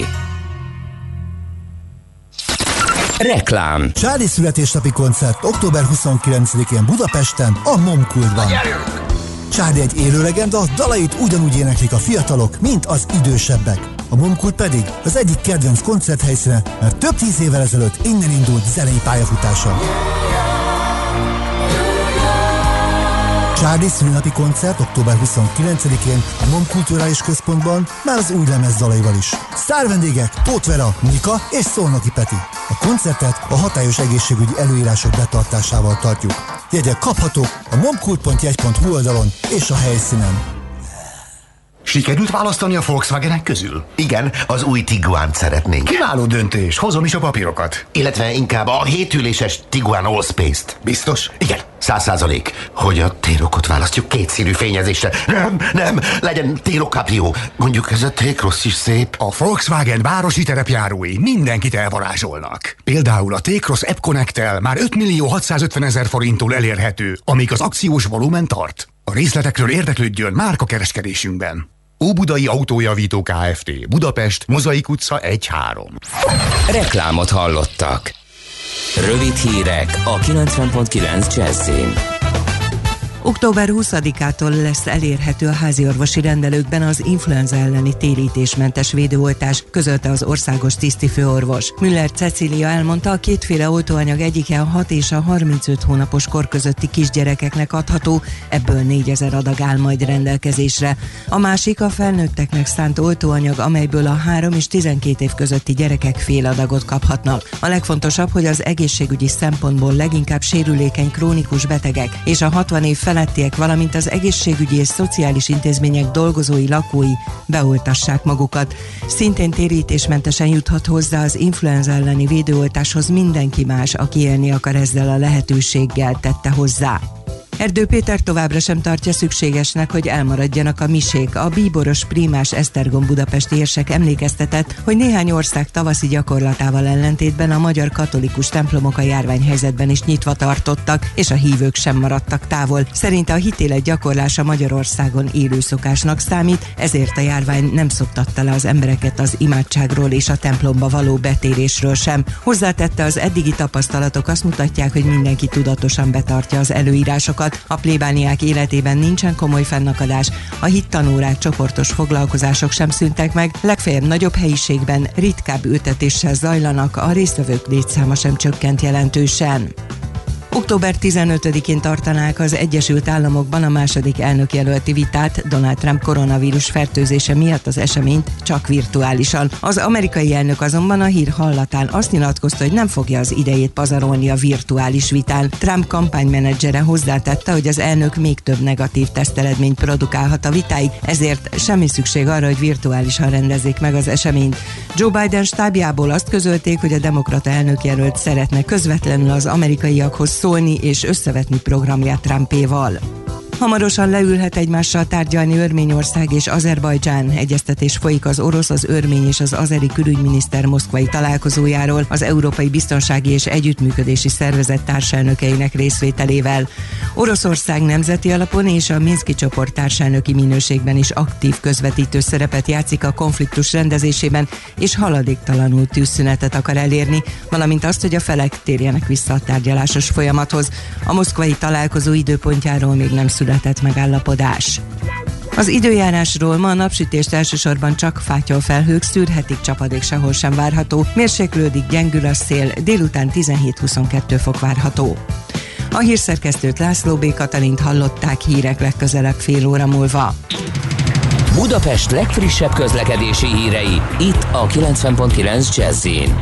Speaker 1: Reklám.
Speaker 15: Csádi születésnapi koncert október huszonkilencedikén Budapesten, a Momkultban. Csádi egy élő legenda, dalait ugyanúgy éneklik a fiatalok, mint az idősebbek. A Momkult pedig az egyik kedvenc koncerthelyszíne, mert több tíz évvel ezelőtt innen indult zenei pályafutása. Charlie szülinapi koncert október huszonkilencedikén a MOM Kulturális Központban, már az új lemez dalaival is. Sztár vendégek Tóth Vera, Nika és Szolnoki Peti. A koncertet a hatályos egészségügyi előírások betartásával tartjuk. Jegyek kaphatók a momkult pont jegy pont hu oldalon és a helyszínen.
Speaker 16: Sikerült választani a Volkswagenek közül?
Speaker 17: Igen, az új Tiguant szeretnénk.
Speaker 16: Kiváló döntés, hozom is a papírokat.
Speaker 17: Illetve inkább a hétüléses Tiguan Allspace-t.
Speaker 16: Biztos?
Speaker 17: Igen, száz százalék. Hogy a T-Rocot választjuk kétszínű fényezésre. Nem, nem, legyen T-Roc Caprio. Mondjuk ez a T-Cross is szép.
Speaker 16: A Volkswagen városi terepjárói mindenkit elvarázsolnak. Például a T-Cross App Connect-tel már öt millió hatszázötvenezer forinttól elérhető, amíg az akciós volumen tart. A részletekről érdeklődjön márkakereskedésünkben. Óbudai Autójavító Kft. Budapest, Mozaik utca egy három.
Speaker 1: Reklámot hallottak. Rövid hírek a kilencven pont kilenc Jazzin.
Speaker 9: október huszadikától lesz elérhető a háziorvosi rendelőkben az influenza elleni térítésmentes védőoltás, közölte az országos tisztifőorvos. Müller Cecília elmondta, a kétféle oltóanyag egyike a hat és a harmincöt hónapos kor közötti kisgyerekeknek adható, ebből négyezer adag áll majd rendelkezésre. A másik a felnőtteknek szánt oltóanyag, amelyből a három és tizenkét év közötti gyerekek fél adagot kaphatnak. A legfontosabb, hogy az egészségügyi szempontból leginkább sérülékeny krónikus betegek és a hatvan év felettiek, valamint az egészségügyi és szociális intézmények dolgozói, lakói beoltassák magukat. Szintén térítésmentesen juthat hozzá az influenza elleni védőoltáshoz mindenki más, aki élni akar ezzel a lehetőséggel, tette hozzá. Erdő Péter továbbra sem tartja szükségesnek, hogy elmaradjanak a misék. A bíboros prímás Esztergom budapesti érsek emlékeztetett, hogy néhány ország tavaszi gyakorlatával ellentétben a magyar katolikus templomok a járványhelyzetben is nyitva tartottak, és a hívők sem maradtak távol. Szerinte a hitélet gyakorlása Magyarországon élő szokásnak számít, ezért a járvány nem szoktatta le az embereket az imádságról és a templomba való betérésről sem. Hozzátette, az eddigi tapasztalatok azt mutatják, hogy mindenki tudatosan betartja az előírásokat. A plébániák életében nincsen komoly fennakadás, a hittanórák, csoportos foglalkozások sem szűntek meg, legfeljebb nagyobb helyiségben ritkább ültetéssel zajlanak, a résztvevők létszáma sem csökkent jelentősen. október tizenötödikén tartanák az Egyesült Államokban a második elnökjelölti vitát, Donald Trump koronavírus fertőzése miatt az eseményt csak virtuálisan. Az amerikai elnök azonban a hír hallatán azt nyilatkozta, hogy nem fogja az idejét pazarolni a virtuális vitán. Trump kampánymenedzsere hozzátette, hogy az elnök még több negatív teszteredményt produkálhat a vitáig, ezért semmi szükség arra, hogy virtuálisan rendezzék meg az eseményt. Joe Biden stábjából azt közölték, hogy a demokrata elnökjelölt szeretne közvetlenül az amerikaiakhoz szólni és összevetni programját Trumpéval. Hamarosan leülhet egymással tárgyalni Örményország és Azerbajdzsán. Egyeztetés folyik az orosz, az örmény és az azeri külügyminiszter moszkvai találkozójáról az Európai Biztonsági és Együttműködési Szervezet társelnökeinek részvételével. Oroszország nemzeti alapon és a Minszki csoport társelnöki minőségben is aktív közvetítő szerepet játszik a konfliktus rendezésében, és haladéktalanul tűzszünetet akar elérni, valamint azt, hogy a felek térjenek vissza a tárgyalásos folyamathoz. A moszkvai találkozó időpontjáról még nem született megállapodás. Az időjárásról: ma a napsütést elsősorban csak fátyolfelhők, szűrhetik, csapadék sehol sem várható, mérséklődik, gyengül a szél, délután tizenhét-huszonkettő fok várható. A hírszerkesztőt, László B. Katalint hallották, hírek legközelebb fél óra múlva.
Speaker 1: Budapest legfrissebb közlekedési hírei, itt a kilencven pont kilenc Jazzin.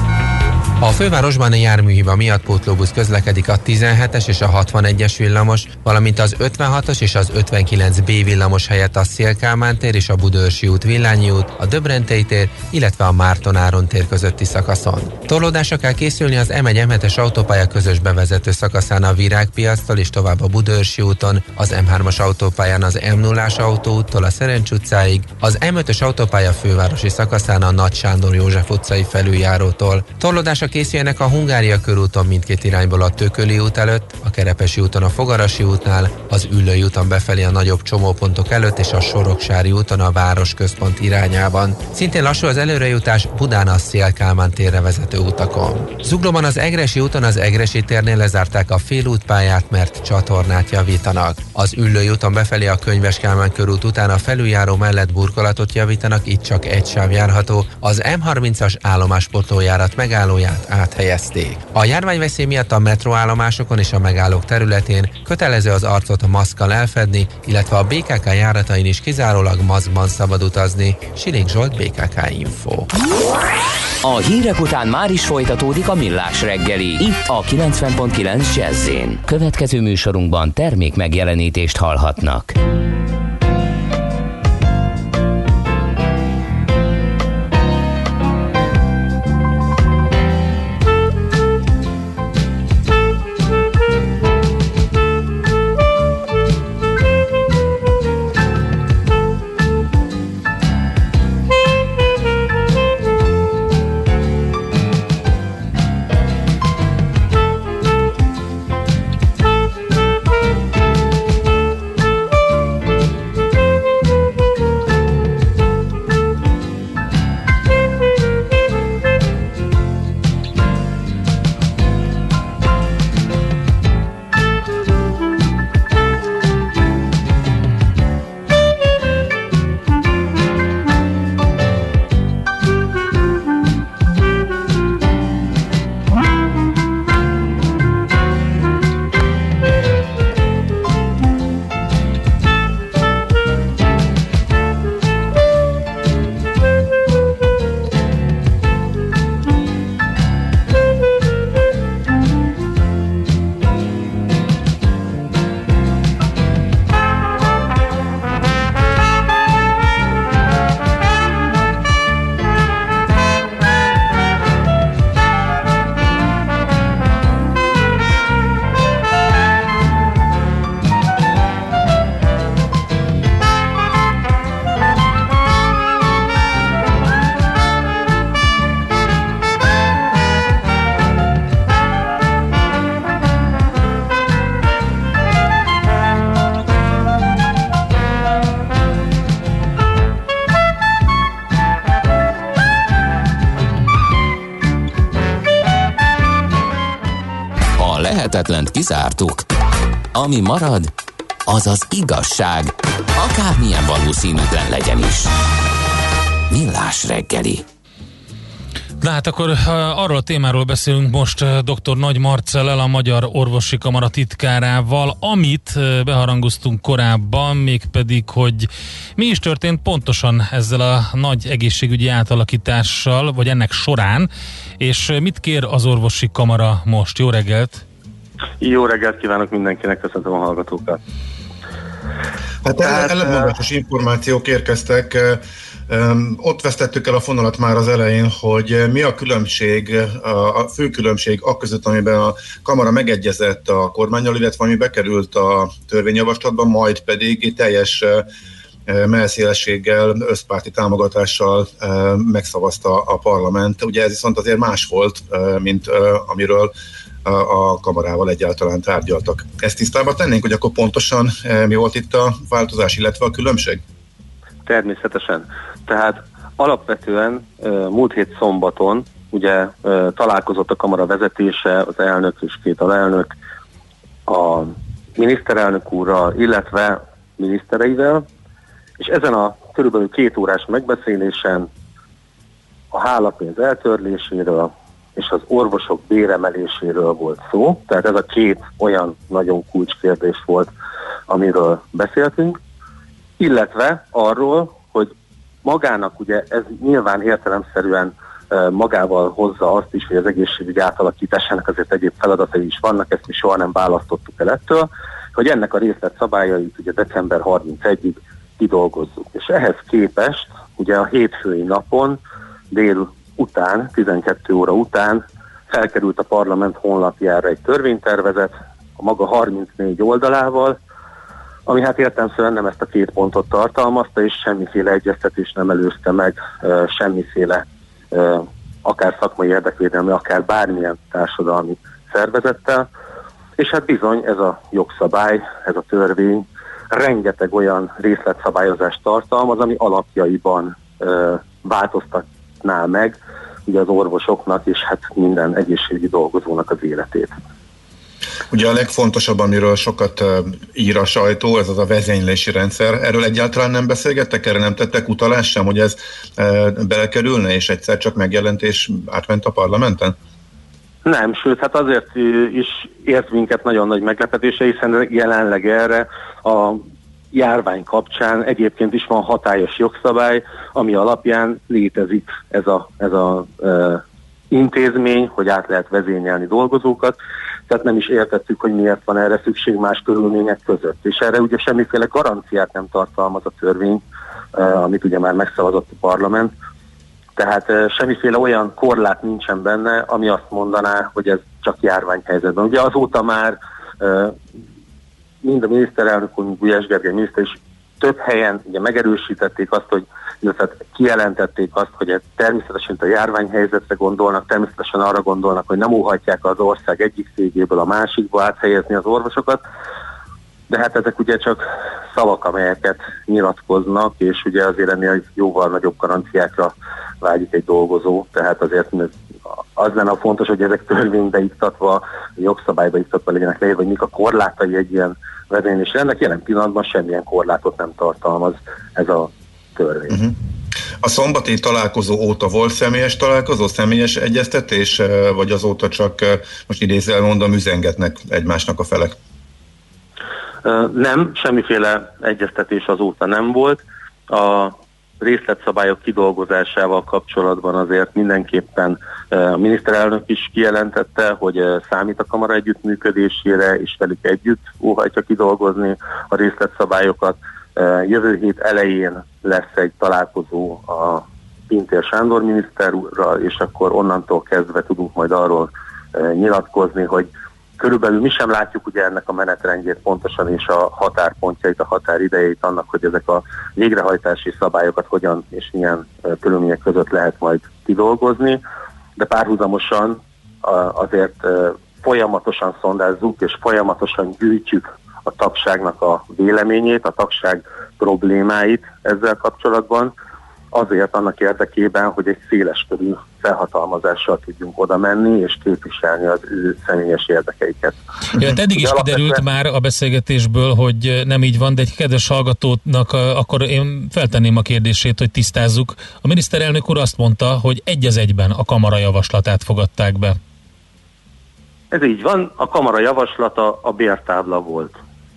Speaker 18: A fővárosban a járműhiba miatt pótlóbusz közlekedik a tizenhetes és a hatvanegyes villamos, valamint az ötvenhatos és az ötvenkilenc B villamos helyett a Széll-Kálmán tér és a Budaörsi út Villányi út, a Döbrentei tér, illetve a Márton-Áron tér közötti szakaszon. Torlódásra kell készülni az M egy M hetes autópálya közös bevezető szakaszán a Virágpiactól és tovább a Budaörsi úton, az M hármas autópályán az M nullás autóúttól a Szerencs utcáig, az M ötös autópálya fővárosi szakaszán a Nagy Sándor József utcai felüljárótól. Torlódásra készüljenek a Hungária körúton mindkét irányból a Tököli út előtt, a Kerepesi úton a Fogarasi útnál, az Üllői úton befelé a nagyobb csomópontok előtt és a Soroksári úton a városközpont irányában. Szintén lassú az előrejutás Budán a Széll-Kálmán térre vezető utakon. Zuglóban az Egressy úton az Egressy térnél lezárták a félútpályát, mert csatornát javítanak. Az Üllői úton befelé a Könyves Kálmán körút után a felüljáró mellett burkolatot javítanak, itt csak egy sáv járható. Az M harmincas állomáspotlójárat megállóján állomását áthelyezték. A járványveszély miatt a metróállomásokon és a megállók területén kötelező az arcot a maszkkal elfedni, illetve a bé ká ká járatain is kizárólag maszkban szabad utazni. Siling Zsolt, bé ká ká Info.
Speaker 1: A hírek után már is folytatódik a Millás reggeli, itt a kilencven pont kilenc Jazz-én. Következő műsorunkban termék megjelenítést hallhatnak. Lehetetlent kizártuk. Ami marad, az az igazság, akármilyen valószínűtlen legyen is. Millás reggeli.
Speaker 4: Na hát akkor arról a témáról beszélünk most dr. Nagy Marcellel, a Magyar Orvosi Kamara titkárával, amit beharangoztunk korábban, mégpedig, hogy mi is történt pontosan ezzel a nagy egészségügyi átalakítással, vagy ennek során, és mit kér az Orvosi Kamara most? Jó reggelt!
Speaker 19: Jó reggelt kívánok mindenkinek, köszöntöm a hallgatókat.
Speaker 5: Hát ellentmondásos információk érkeztek. Ott vesztettük el a fonalat már az elején, hogy mi a különbség, a fő különbség akközött, amiben a kamara megegyezett a kormánnyal, illetve ami bekerült a törvényjavaslatban, majd pedig teljes mellszélességgel, összpárti támogatással megszavazta a parlament. Ugye ez viszont azért más volt, mint amiről a kamarával egyáltalán tárgyaltak. Ezt tisztában tennénk, hogy akkor pontosan mi volt itt a változás, illetve a különbség?
Speaker 19: Természetesen. Tehát alapvetően múlt hét szombaton ugye találkozott a kamara vezetése, az elnök és két alelnök a miniszterelnök úrral, illetve minisztereivel, és ezen a körülbelül két órás megbeszélésen a hálapénz eltörléséről és az orvosok béremeléséről volt szó. Tehát ez a két olyan nagyon kulcskérdés volt, amiről beszéltünk, illetve arról, hogy magának ugye ez nyilván értelemszerűen magával hozza azt is, hogy az egészségügyi átalakításának azért egyéb feladatai is vannak, ezt mi soha nem választottuk el ettől, hogy ennek a részletszabályait ugye december harmincegyedikéig kidolgozzuk. És ehhez képest ugye a hétfői napon dél után, tizenkét óra után felkerült a parlament honlapjára egy törvénytervezet a maga harmincnégy oldalával, ami hát értelemszerűen nem ezt a két pontot tartalmazta, és semmiféle egyeztetés nem előzte meg, semmiféle akár szakmai érdekvédelmi, akár bármilyen társadalmi szervezettel, és hát bizony ez a jogszabály, ez a törvény rengeteg olyan részletszabályozást tartalmaz, ami alapjaiban változtatná meg ugye az orvosoknak és hát minden egészségügyi dolgozónak az életét.
Speaker 5: Ugye a legfontosabb, amiről sokat uh, ír a sajtó, ez az a vezénylési rendszer. Erről egyáltalán nem beszélgettek, erre nem tettek utalást sem, hogy ez uh, belekerülne, és egyszer csak megjelent és átment a parlamenten?
Speaker 19: Nem, sőt, hát azért is ért minket nagyon nagy meglepetése, hiszen jelenleg erre a járvány kapcsán egyébként is van hatályos jogszabály, ami alapján létezik ez a, ez a e, intézmény, hogy át lehet vezényelni dolgozókat, tehát nem is értettük, hogy miért van erre szükség más körülmények között. És erre ugye semmiféle garanciát nem tartalmaz a törvény, e, amit ugye már megszavazott a parlament, tehát e, semmiféle olyan korlát nincsen benne, ami azt mondaná, hogy ez csak járványhelyzetben. Ugye azóta már e, mind a miniszterelnök, mint Gulyás Gergely miniszter is több helyen ugye megerősítették azt, hogy illetve kijelentették azt, hogy természetesen a járványhelyzetre gondolnak, természetesen arra gondolnak, hogy nem óhatják az ország egyik szégéből a másikba áthelyezni az orvosokat, de hát ezek ugye csak szavak, amelyeket nyilatkoznak, és ugye azért ennél jóval nagyobb garanciákra vágyik egy dolgozó, tehát azért az lenne fontos, hogy ezek törvénybe iktatva, jogszabályba iktatva legyenek leírva, hogy mik a korlátai egy ilyen vezénylésre. Ennek jelen pillanatban semmilyen korlátot nem tartalmaz ez a törvény. Uh-huh.
Speaker 5: A szombati találkozó óta volt személyes találkozó, személyes egyeztetés, vagy azóta csak, most idézően mondom, üzengetnek egymásnak a felek?
Speaker 19: Nem, semmiféle egyeztetés azóta nem volt. A részletszabályok kidolgozásával kapcsolatban azért mindenképpen a miniszterelnök is kijelentette, hogy számít a kamara együttműködésére, és velük együtt óhajtja kidolgozni a részletszabályokat. Jövő hét elején lesz egy találkozó a Pintér Sándor miniszter úrral, és akkor onnantól kezdve tudunk majd arról nyilatkozni, hogy körülbelül mi sem látjuk ugye ennek a menetrendjét pontosan, és a határpontjait, a határidejét annak, hogy ezek a végrehajtási szabályokat hogyan és milyen körülmények között lehet majd kidolgozni, de párhuzamosan azért folyamatosan szondázzuk, és folyamatosan gyűjtjük a tagságnak a véleményét, a tagság problémáit ezzel kapcsolatban, azért annak érdekében, hogy egy széleskörű felhatalmazással tudjunk oda menni és képviselni az ő személyes érdekeiket.
Speaker 4: Ja, hát eddig is kiderült már a beszélgetésből, hogy nem így van, de egy kedves hallgatónak akkor én feltenném a kérdését, hogy tisztázzuk. A miniszterelnök úr azt mondta, hogy egy az egyben a kamara javaslatát fogadták be.
Speaker 19: Ez így van, a kamara javaslata a bértábla volt.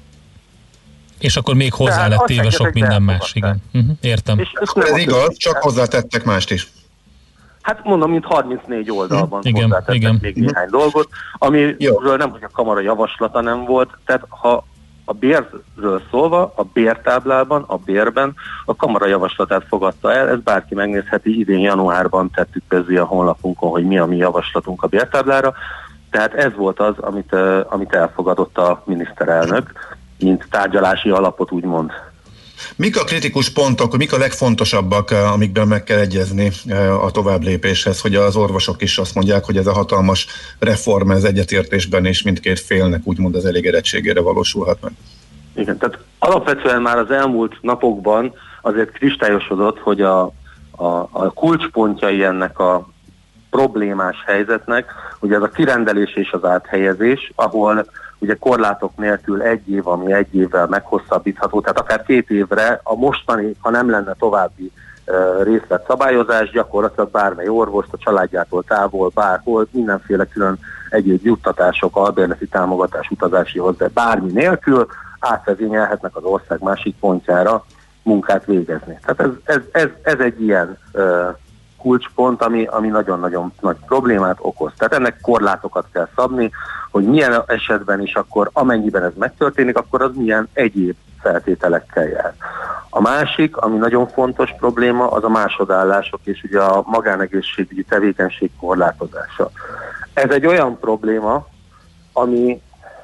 Speaker 4: És akkor még hozzá
Speaker 19: Tehát
Speaker 4: lett téve sok minden más, igen. Uh-huh, értem.
Speaker 19: És
Speaker 5: ez ez igaz, csak hozzátettek mást is.
Speaker 19: Hát mondom, mint harmincnégy oldalban
Speaker 4: igen,
Speaker 19: hozzátettek
Speaker 4: igen.
Speaker 19: még néhány dolgot, amiről nem, hogy a kamara javaslata nem volt, tehát ha a bérről szólva, a bértáblában, a bérben a kamara javaslatát fogadta el, ez bárki megnézheti, idén januárban tettük közzé a honlapunkon, hogy mi a mi javaslatunk a bértáblára, tehát ez volt az, amit, uh, amit elfogadott a miniszterelnök, mint tárgyalási alapot úgymond.
Speaker 5: Mik a kritikus pontok, mik a legfontosabbak, amikben meg kell egyezni a továbblépéshez, hogy az orvosok is azt mondják, hogy ez a hatalmas reform, ez egyetértésben és mindkét félnek úgymond az elégedettségére valósulhat meg?
Speaker 19: Igen, tehát alapvetően már az elmúlt napokban azért kristályosodott, hogy a, a, a kulcspontjai ennek a problémás helyzetnek, ugye ez a kirendelés és az áthelyezés, ahol ugye korlátok nélkül egy év, ami egy évvel meghosszabbítható, tehát akár két évre a mostani, ha nem lenne további uh, részletszabályozás, gyakorlatilag bármely orvost a családjától távol, bárhol, mindenféle külön egyéb juttatások, albérleti támogatás, utazási hozzá, bármi nélkül átvezényelhetnek az ország másik pontjára munkát végezni. Tehát ez, ez, ez, ez egy ilyen uh, kulcspont, ami, ami nagyon-nagyon nagy problémát okoz. Tehát ennek korlátokat kell szabni, hogy milyen esetben is akkor, amennyiben ez megtörténik, akkor az milyen egyéb feltételekkel jár. A másik, ami nagyon fontos probléma, az a másodállások és ugye a magánegészségügyi tevékenység korlátozása. Ez egy olyan probléma, ami,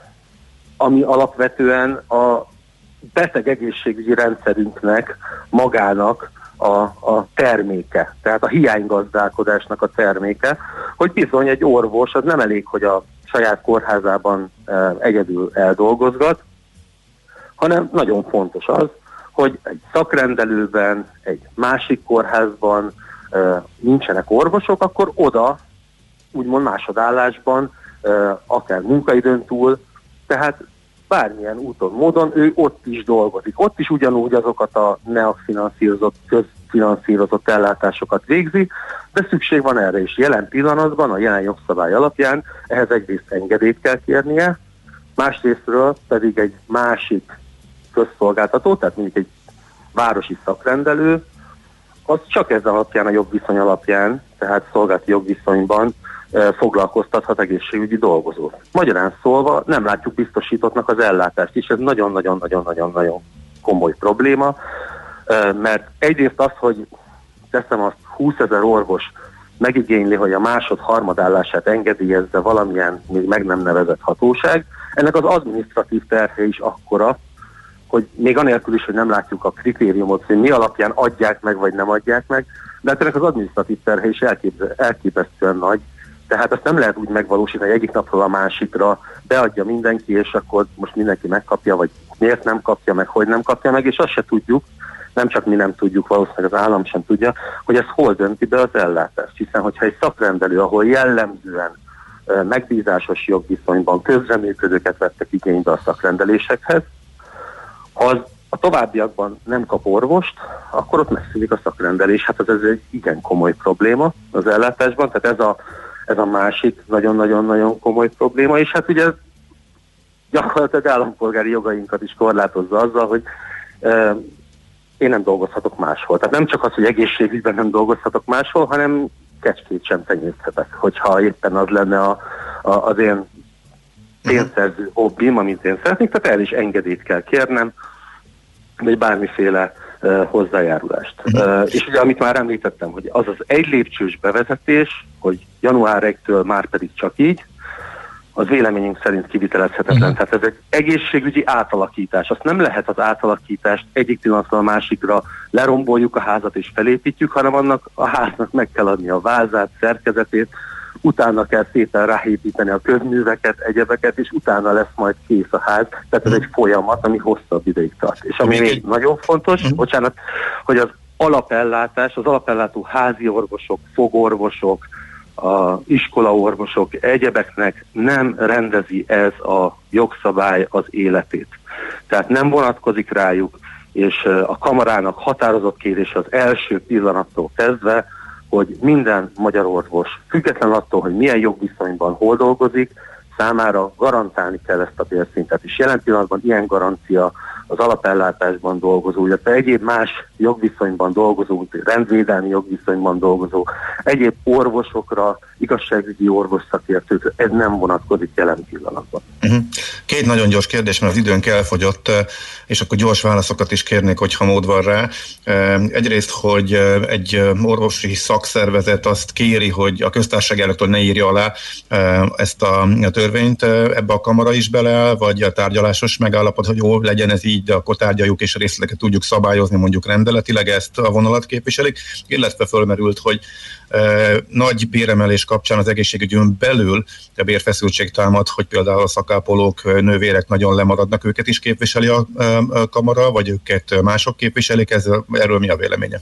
Speaker 19: ami alapvetően a beteg egészségügyi rendszerünknek magának A, a terméke, tehát a hiánygazdálkodásnak a terméke, hogy bizony egy orvos az nem elég, hogy a saját kórházában e, egyedül eldolgozgat, hanem nagyon fontos az, hogy egy szakrendelőben, egy másik kórházban e, nincsenek orvosok, akkor oda úgymond másodállásban, e, akár munkaidőn túl, tehát bármilyen úton, módon ő ott is dolgozik. Ott is ugyanúgy azokat a NEAK finanszírozott köz, finanszírozott ellátásokat végzi, de szükség van erre is. Jelen pillanatban, a jelen jogszabály alapján ehhez egyrészt engedélyt kell kérnie, másrésztről pedig egy másik közszolgáltató, tehát mondjuk egy városi szakrendelő, az csak ez alapján, a jogviszony alapján, tehát szolgálati jogviszonyban e, foglalkoztathat egészségügyi dolgozót. Magyarán szólva nem látjuk biztosítottnak az ellátást, és ez nagyon-nagyon-nagyon-nagyon-nagyon komoly probléma, e, mert egyrészt az, hogy teszem azt, húszezer orvos megigényli, hogy a másod-harmadállását engedélyezze valamilyen még meg nem nevezett hatóság, ennek az adminisztratív terhe is akkora, hogy még anélkül is, hogy nem látjuk a kritériumot, hogy mi alapján adják meg, vagy nem adják meg, de hát ennek az adminisztratív terhe is elkép- elképesztően nagy. Tehát azt nem lehet úgy megvalósítani, hogy egyik napról a másikra beadja mindenki, és akkor most mindenki megkapja, vagy miért nem kapja meg, hogy nem kapja meg, és azt se tudjuk, nem csak mi nem tudjuk, valószínűleg az állam sem tudja, hogy ez hol dönti be az ellátást. Hiszen, hogyha egy szakrendelő, ahol jellemzően e, megbízásos jogviszonyban közreműködőket vettek igénybe a szakrendelésekhez, ha az a továbbiakban nem kap orvost, akkor ott megszűnik a szakrendelés. Hát ez, ez egy igen komoly probléma az ellátásban, tehát ez a, ez a másik nagyon-nagyon-nagyon komoly probléma, és hát ugye gyakorlatilag állampolgári jogainkat is korlátozza azzal, hogy e, én nem dolgozhatok máshol. Tehát nem csak az, hogy egészségügyben nem dolgozhatok máshol, hanem kecskét sem tenyészthetek, hogyha éppen az lenne a, a, az én pénzszerző hobbim, amit én szeretnék, tehát el is engedélyt kell kérnem, vagy bármiféle uh, hozzájárulást. Uh, és ugye, amit már említettem, hogy az az egy lépcsős bevezetés, hogy január elsejétől már pedig csak így, az véleményünk szerint kivitelezhetetlen. Uh-huh. Tehát ez egy egészségügyi átalakítás. Azt nem lehet az átalakítást egyik pillanatról a másikra leromboljuk a házat és felépítjük, hanem annak a háznak meg kell adni a vázát, szerkezetét, utána kell szépen ráépíteni a közműveket, egyebeket, és utána lesz majd kész a ház. Tehát ez egy folyamat, ami hosszabb ideig tart. És ami még nagyon fontos, uh-huh. bocsánat, hogy az alapellátás, az alapellátó házi orvosok, fogorvosok, a iskolaorvosok, egyebeknek nem rendezi ez a jogszabály az életét. Tehát nem vonatkozik rájuk, és a kamarának határozott kérés az első pillanattól kezdve, hogy minden magyar orvos, független attól, hogy milyen jogviszonyban hol dolgozik, számára garantálni kell ezt a bérszintet. És jelen pillanatban ilyen garancia az alapellátásban dolgozó, illetve egyéb más jogviszonyban dolgozó, rendvédelmi jogviszonyban dolgozó, egyéb orvosokra, igazságügyi orvosszakértőkre, ez nem vonatkozik jelen pillanatban.
Speaker 5: Uh-huh. Két nagyon gyors kérdés, mert az időnk elfogyott, és akkor gyors válaszokat is kérnék, hogyha mód van rá. Egyrészt, hogy egy orvosi szakszervezet azt kéri, hogy a köztársaság elnöktől ne írja alá ezt a törvényt, ebbe a kamara is beleáll, vagy a tárgyalásos megállapod, hogy jó, legyen ez így, de akkor tárgyaljuk és a részleteket tudjuk szabályozni, mondjuk rendeletileg ezt a vonalat képviselik, illetve fölmerült, hogy e, nagy béremelés kapcsán az egészségügyön belül a bérfeszültség támad, hogy például a szakápolók, nővérek nagyon lemaradnak, őket is képviseli a, a kamara, vagy őket mások képviselik, ez, erről mi a véleménye?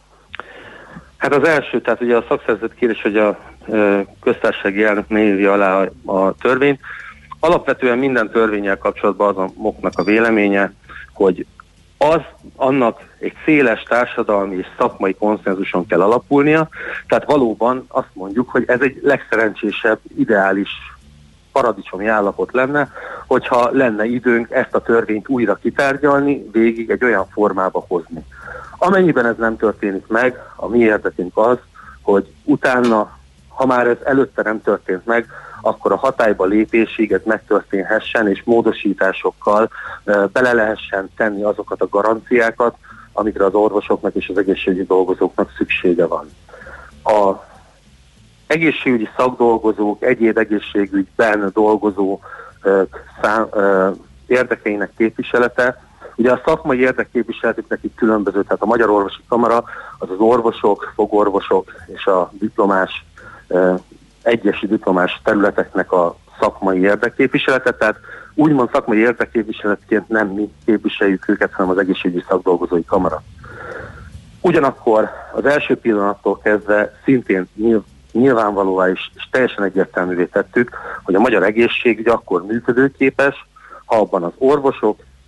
Speaker 19: Hát az első, tehát ugye a szakszervezet kérés, hogy a e, köztársasági elnök ne írja alá a, a törvényt. Alapvetően minden törvénnyel kapcsolatban az a moknak a véleménye, hogy az annak egy széles társadalmi és szakmai konszenzuson kell alapulnia, tehát valóban azt mondjuk, hogy ez egy legszerencsésebb, ideális paradicsomi állapot lenne, hogyha lenne időnk ezt a törvényt újra kitárgyalni, végig egy olyan formába hozni. Amennyiben ez nem történik meg, a mi érdekünk az, hogy utána, ha már ez előtte nem történt meg, akkor a hatályba lépésig ez megtörténhessen, és módosításokkal e, bele lehessen tenni azokat a garanciákat, amikre az orvosoknak és az egészségügyi dolgozóknak szüksége van. A egészségügyi szakdolgozók, egyéb egészségügyben dolgozó e, szám, e, érdekeinek képviselete, ugye a szakmai érdekképviseletüknek itt különböző, tehát a Magyar Orvosi Kamara az az orvosok, fogorvosok és a diplomás e, egyesi diplomás területeknek a szakmai érdekképviselete, tehát úgymond szakmai érdekképviseletként nem mi képviseljük őket, hanem az egészségügyi szakdolgozói kamara. Ugyanakkor az első pillanattól kezdve szintén nyilvánvalóvá is, és teljesen egyértelművé tettük, hogy a magyar egészségügy akkor működőképes, ha abban az orvosok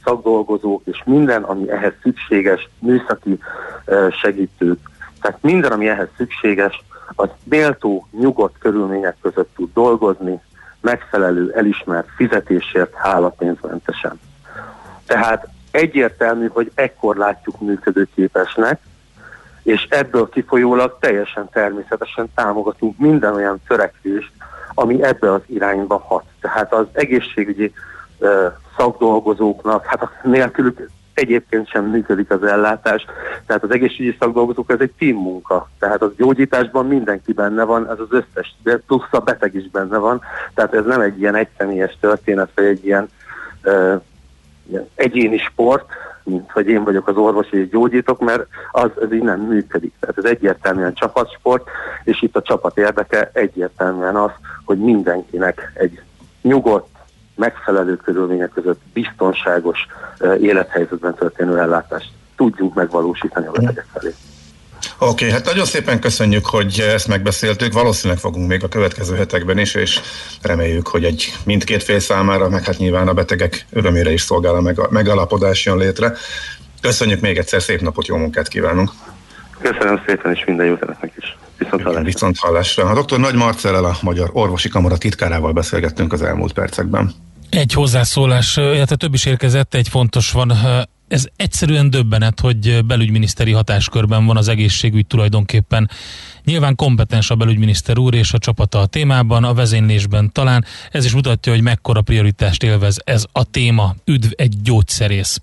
Speaker 19: szakdolgozók és minden, ami ehhez szükséges, műszaki segítők, tehát minden, ami ehhez szükséges, az méltó, nyugodt körülmények között tud dolgozni, megfelelő, elismert fizetésért hálapénzmentesen. Tehát egyértelmű, hogy ekkor látjuk működőképesnek, és ebből kifolyólag teljesen természetesen támogatunk minden olyan törekvést, ami ebbe az irányba hat. Tehát az egészségügyi uh, szakdolgozóknak, hát nélkülük egyébként sem működik az ellátás, tehát az egészségügyi szakdolgozók ez egy team munka, tehát az gyógyításban mindenki benne van, ez az összes, plusz a beteg is benne van, tehát ez nem egy ilyen egyszemélyes történet, vagy egy ilyen, uh, ilyen egyéni sport, mint hogy én vagyok az orvos és gyógyítok, mert az, az így nem működik. Tehát ez egyértelműen csapatsport, és itt a csapat érdeke egyértelműen az, hogy mindenkinek egy nyugodt, megfelelő körülmények között biztonságos uh, élethelyzetben történő ellátást tudjunk megvalósítani a betegek felé.
Speaker 5: Oké, okay, hát nagyon szépen köszönjük, hogy ezt megbeszéltük, valószínűleg fogunk még a következő hetekben is, és reméljük, hogy egy mindkét fél számára, meg hát nyilván a betegek örömére is szolgál a megalapodás jön létre. Köszönjük még egyszer, szép napot, jó munkát kívánunk!
Speaker 19: Köszönöm szépen, és minden jót önöknek is. Viszont hallásra.
Speaker 5: Viszont hallásra. A doktor Nagy Marcellel, a Magyar Orvosi Kamara titkárával beszélgettünk az elmúlt percekben.
Speaker 4: Egy hozzászólás, illetve több is érkezett, egy fontos van. Ez egyszerűen döbbenet, hogy belügyminiszteri hatáskörben van az egészségügy tulajdonképpen. Nyilván kompetens a belügyminiszter úr és a csapata a témában, a vezénylésben talán. Ez is mutatja, hogy mekkora prioritást élvez ez a téma. Üdv egy gyógyszerész!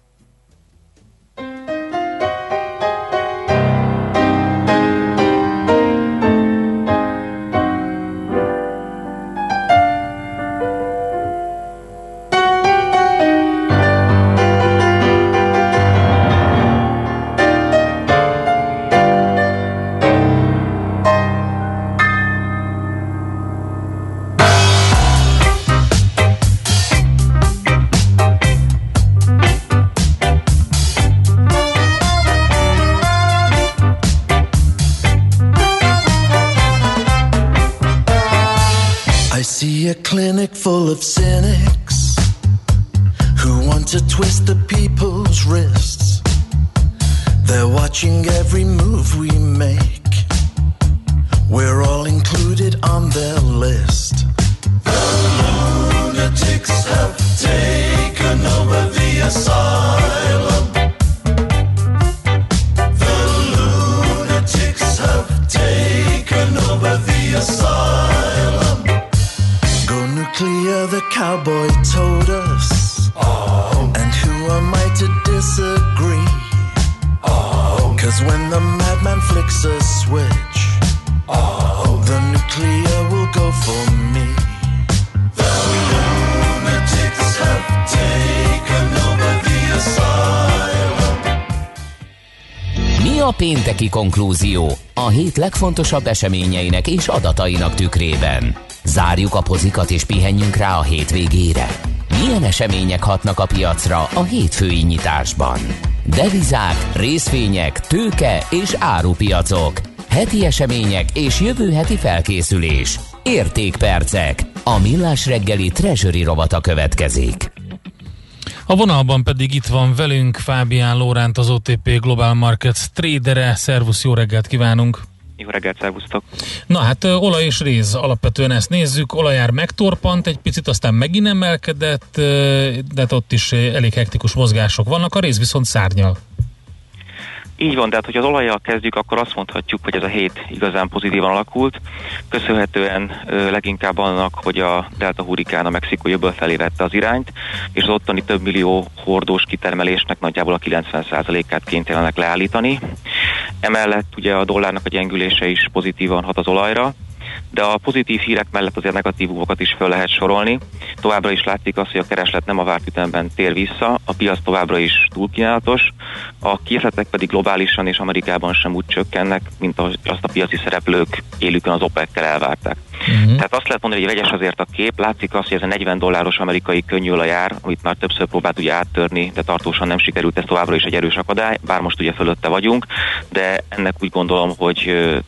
Speaker 7: A clinic full of cynics who want to twist the people's wrists. They're watching every move we make. We're all included on their list. The lunatics have taken over the asylum. The lunatics have taken over the asylum. Nuclear, the cowboy told us. Oh. And who am I to disagree? Oh. Cause when the madman flicks a switch, oh. the nuclear will go for me. The lunatics have taken over the asylum.
Speaker 1: Mi a pénteki konklúzió a hét legfontosabb eseményeinek és adatainak tükrében? Zárjuk a pozikat és pihenjünk rá a hétvégére. Milyen események hatnak a piacra a hétfői nyitásban? Devizák, részvények, tőke és árupiacok. Heti események és jövő heti felkészülés. Értékpercek. A Millás reggeli Treasury rovata következik.
Speaker 4: A vonalban pedig itt van velünk Fábián Lóránt, az o té pé Global Markets tradere. Szervusz, jó reggelt kívánunk!
Speaker 20: Jó reggelt, szervusztok!
Speaker 4: Na hát olaj és réz, alapvetően ezt nézzük, olajár megtorpant egy picit, aztán megint emelkedett, de ott is elég hektikus mozgások vannak, a réz viszont szárnyal.
Speaker 20: Így van, tehát hogy az olajjal kezdjük, akkor azt mondhatjuk, hogy ez a hét igazán pozitívan alakult, köszönhetően ö, leginkább annak, hogy a Delta hurrikán a mexikói öböl felé vette az irányt, és az ottani több millió hordós kitermelésnek nagyjából a kilencven százalékát kénytelenek leállítani. Emellett ugye a dollárnak a gyengülése is pozitívan hat az olajra, de a pozitív hírek mellett azért negatívumokat is föl lehet sorolni. Továbbra is látszik az, hogy a kereslet nem a várt ütemben tér vissza, a piac továbbra is túlkínálatos, a készletek pedig globálisan és Amerikában sem úgy csökkennek, mint azt a piaci szereplők élükön az OPEC-kel elvárták. Uh-huh. Tehát azt lehet mondani, hogy vegyes azért a kép, látszik az, hogy ez a negyven dolláros amerikai könnyűolaj ár, amit már többször próbált ugye áttörni, de tartósan nem sikerült, ez továbbra is egy erős akadály, bár most ugye fölötte vagyunk, de ennek úgy gondolom, hogy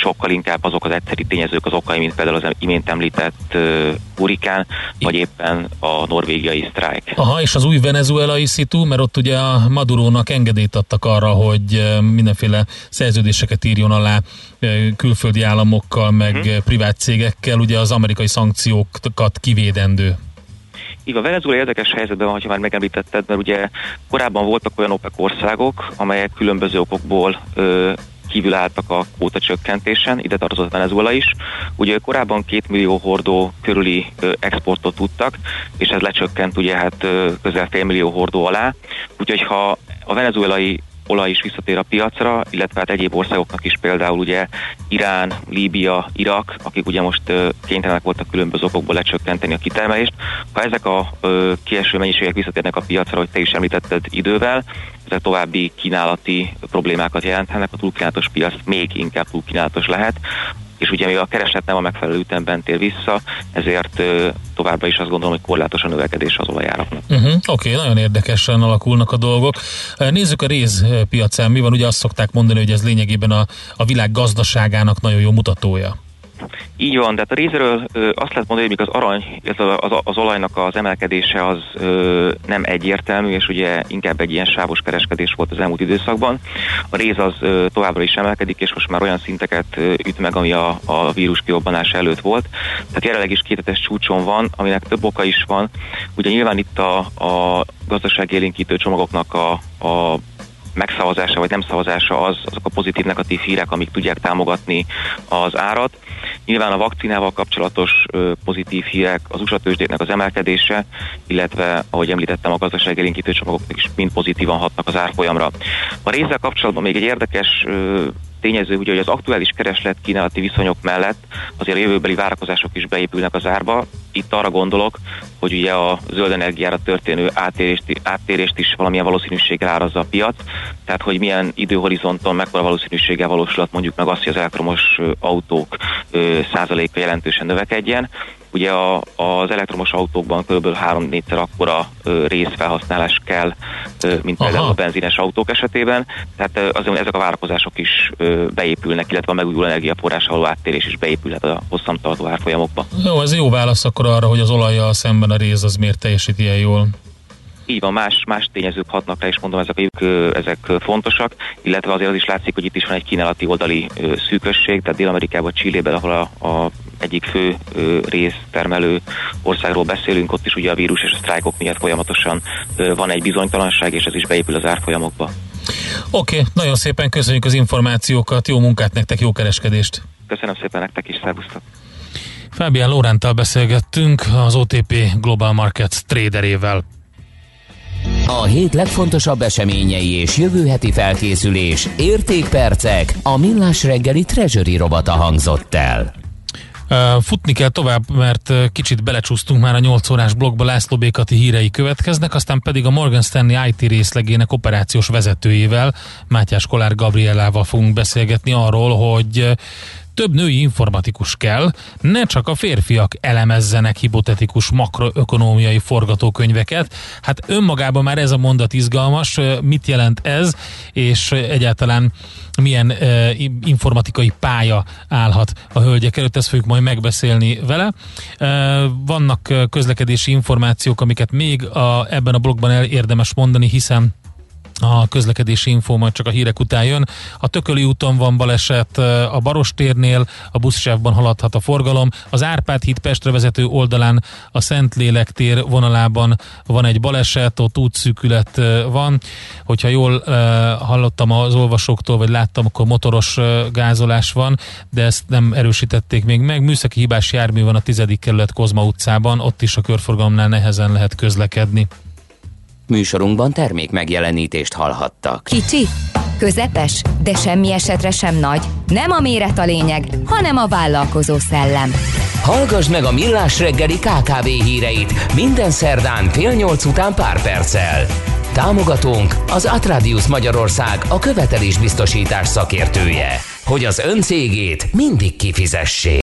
Speaker 20: sokkal inkább azok az egyszeri tényezők az okai, mint például az imént említett uh, hurikán, vagy éppen a norvégiai sztrájk.
Speaker 4: Aha, és az új venezuelai szitu, mert ott ugye a Madurónak engedélyt adtak arra, hogy mindenféle szerződéseket írjon alá külföldi államokkal, meg hmm. privát cégekkel, ugye az amerikai szankciókat kivédendő.
Speaker 20: Így a Venezuela érdekes helyzetben van, ha már megemlítetted, mert ugye korábban voltak olyan OPEC országok, amelyek különböző okokból ö, kívül álltak a kvóta csökkentésen, ide tartozott Venezuela is. Ugye korábban két millió hordó körüli ö, exportot tudtak, és ez lecsökkent ugye hát ö, közel fél millió hordó alá. Úgyhogy ha a venezuelai olaj is visszatér a piacra, illetve hát egyéb országoknak is, például ugye Irán, Líbia, Irak, akik ugye most ö, kénytelenek voltak különböző okokból lecsökkenteni a kitermelést. Ha ezek a ö, kieső mennyiségek visszatérnek a piacra, hogy te is említetted idővel, ezek további kínálati problémákat jelentenek, a túlkínálatos piac még inkább túlkínálatos lehet, és ugye még a kereslet nem a megfelelő ütemben tér vissza, ezért ö, továbbra is azt gondolom, hogy korlátos a növekedés az olajáraknak.
Speaker 4: Uh-huh. Oké, okay, nagyon érdekesen alakulnak a dolgok. Nézzük a réz piacán, mi van, ugye azt szokták mondani, hogy ez lényegében a, a világ gazdaságának nagyon jó mutatója.
Speaker 20: Így van, de hát a rézről ö, azt lehet mondani, hogy még az arany, illetve az, az olajnak az emelkedése az ö, nem egyértelmű, és ugye inkább egy ilyen sávos kereskedés volt az elmúlt időszakban. A réz az ö, továbbra is emelkedik, és most már olyan szinteket ö, üt meg, ami a, a vírus kirobbanása előtt volt. Tehát jelenleg is kétetes csúcson van, aminek több oka is van. Ugye nyilván itt a, a gazdaságélénkítő csomagoknak a, a megszavazása vagy nem szavazása az, azok a pozitív-negatív hírek, amik tudják támogatni az árat. Nyilván a vakcinával kapcsolatos ö, pozitív hírek, az u es á tőzsdéknek az emelkedése, illetve, ahogy említettem, a gazdaságélénkítő csomagok is mind pozitívan hatnak az árfolyamra. A rézzel kapcsolatban még egy érdekes ö, tényező, ugye, hogy az aktuális kereslet-kínálati viszonyok mellett azért a jövőbeli várakozások is beépülnek az árba. Itt arra gondolok, hogy ugye a zöld energiára történő áttérést, áttérést is valamilyen valószínűséggel árazza a piac, tehát hogy milyen időhorizonton mekkora valószínűséggel valósulhat mondjuk meg azt, hogy az elektromos autók ö, százaléka jelentősen növekedjen. Ugye a, az elektromos autókban kb. három-négyszer akkora ö, részfelhasználás kell, ö, mint Aha. például a benzines autók esetében. Tehát ö, azért ezek a várakozások is ö, beépülnek, illetve a megújuló energiaforrásra való áttérés is beépülhet a hosszantartó árfolyamokba.
Speaker 4: Jó, ez jó válasz akkor arra, hogy az olajjal szemben a réz az miért teljesít ilyen jól.
Speaker 20: Így van, más, más tényezők hatnak rá, és mondom, ezek, ezek fontosak, illetve azért az is látszik, hogy itt is van egy kínálati oldali ö, szűkösség, tehát Dél-Amerikában, Chilében, ahol a, a egyik fő ö, résztermelő országról beszélünk, ott is ugye a vírus és a sztrájkok miatt folyamatosan ö, van egy bizonytalanság, és ez is beépül az árfolyamokba.
Speaker 4: Oké, okay, nagyon szépen köszönjük az információkat, jó munkát nektek, jó kereskedést!
Speaker 20: Köszönöm szépen nektek is, szervusztok!
Speaker 4: Fábián Lóránttal beszélgettünk, az o té pé Global Markets traderével.
Speaker 1: A hét legfontosabb eseményei és jövő heti felkészülés, értékpercek, a Millás reggeli Treasury robata hangzott el.
Speaker 4: Futni kell tovább, mert kicsit belecsúsztunk már a nyolc órás blokkba. László B. Kati hírei következnek, aztán pedig a Morgan Stanley i té részlegének operációs vezetőjével, Mátyás Kolár Gabrielával fogunk beszélgetni arról, hogy több női informatikus kell, ne csak a férfiak elemezzenek hipotetikus makroökonómiai forgatókönyveket. Hát önmagában már ez a mondat izgalmas, mit jelent ez, és egyáltalán milyen uh, informatikai pálya állhat a hölgyek előtt, ezt fogjuk majd megbeszélni vele. Uh, vannak közlekedési információk, amiket még a, ebben a blogban el érdemes mondani, hiszen a közlekedési infó majd csak a hírek után jön. A Tököli úton van baleset, a Barostérnél, a buszsávban haladhat a forgalom. Az Árpád híd Pestre vezető oldalán a Szentlélek tér vonalában van egy baleset, ott útszűkület van. Hogyha jól uh, hallottam az olvasóktól, vagy láttam, akkor motoros uh, gázolás van, de ezt nem erősítették még meg. Műszaki hibás jármű van a tizedik kerület Kozma utcában, ott is a körforgalomnál nehezen lehet közlekedni.
Speaker 1: Műsorunkban termék megjelenítést hallhattak.
Speaker 21: Kicsi, közepes, de semmi esetre sem nagy. Nem a méret a lényeg, hanem a vállalkozó szellem.
Speaker 1: Hallgass meg a Millás reggeli ká ká vé híreit minden szerdán fél nyolc után pár perccel. Támogatónk az Atradius Magyarország, a követelésbiztosítás szakértője, hogy az ön cégét mindig kifizessék.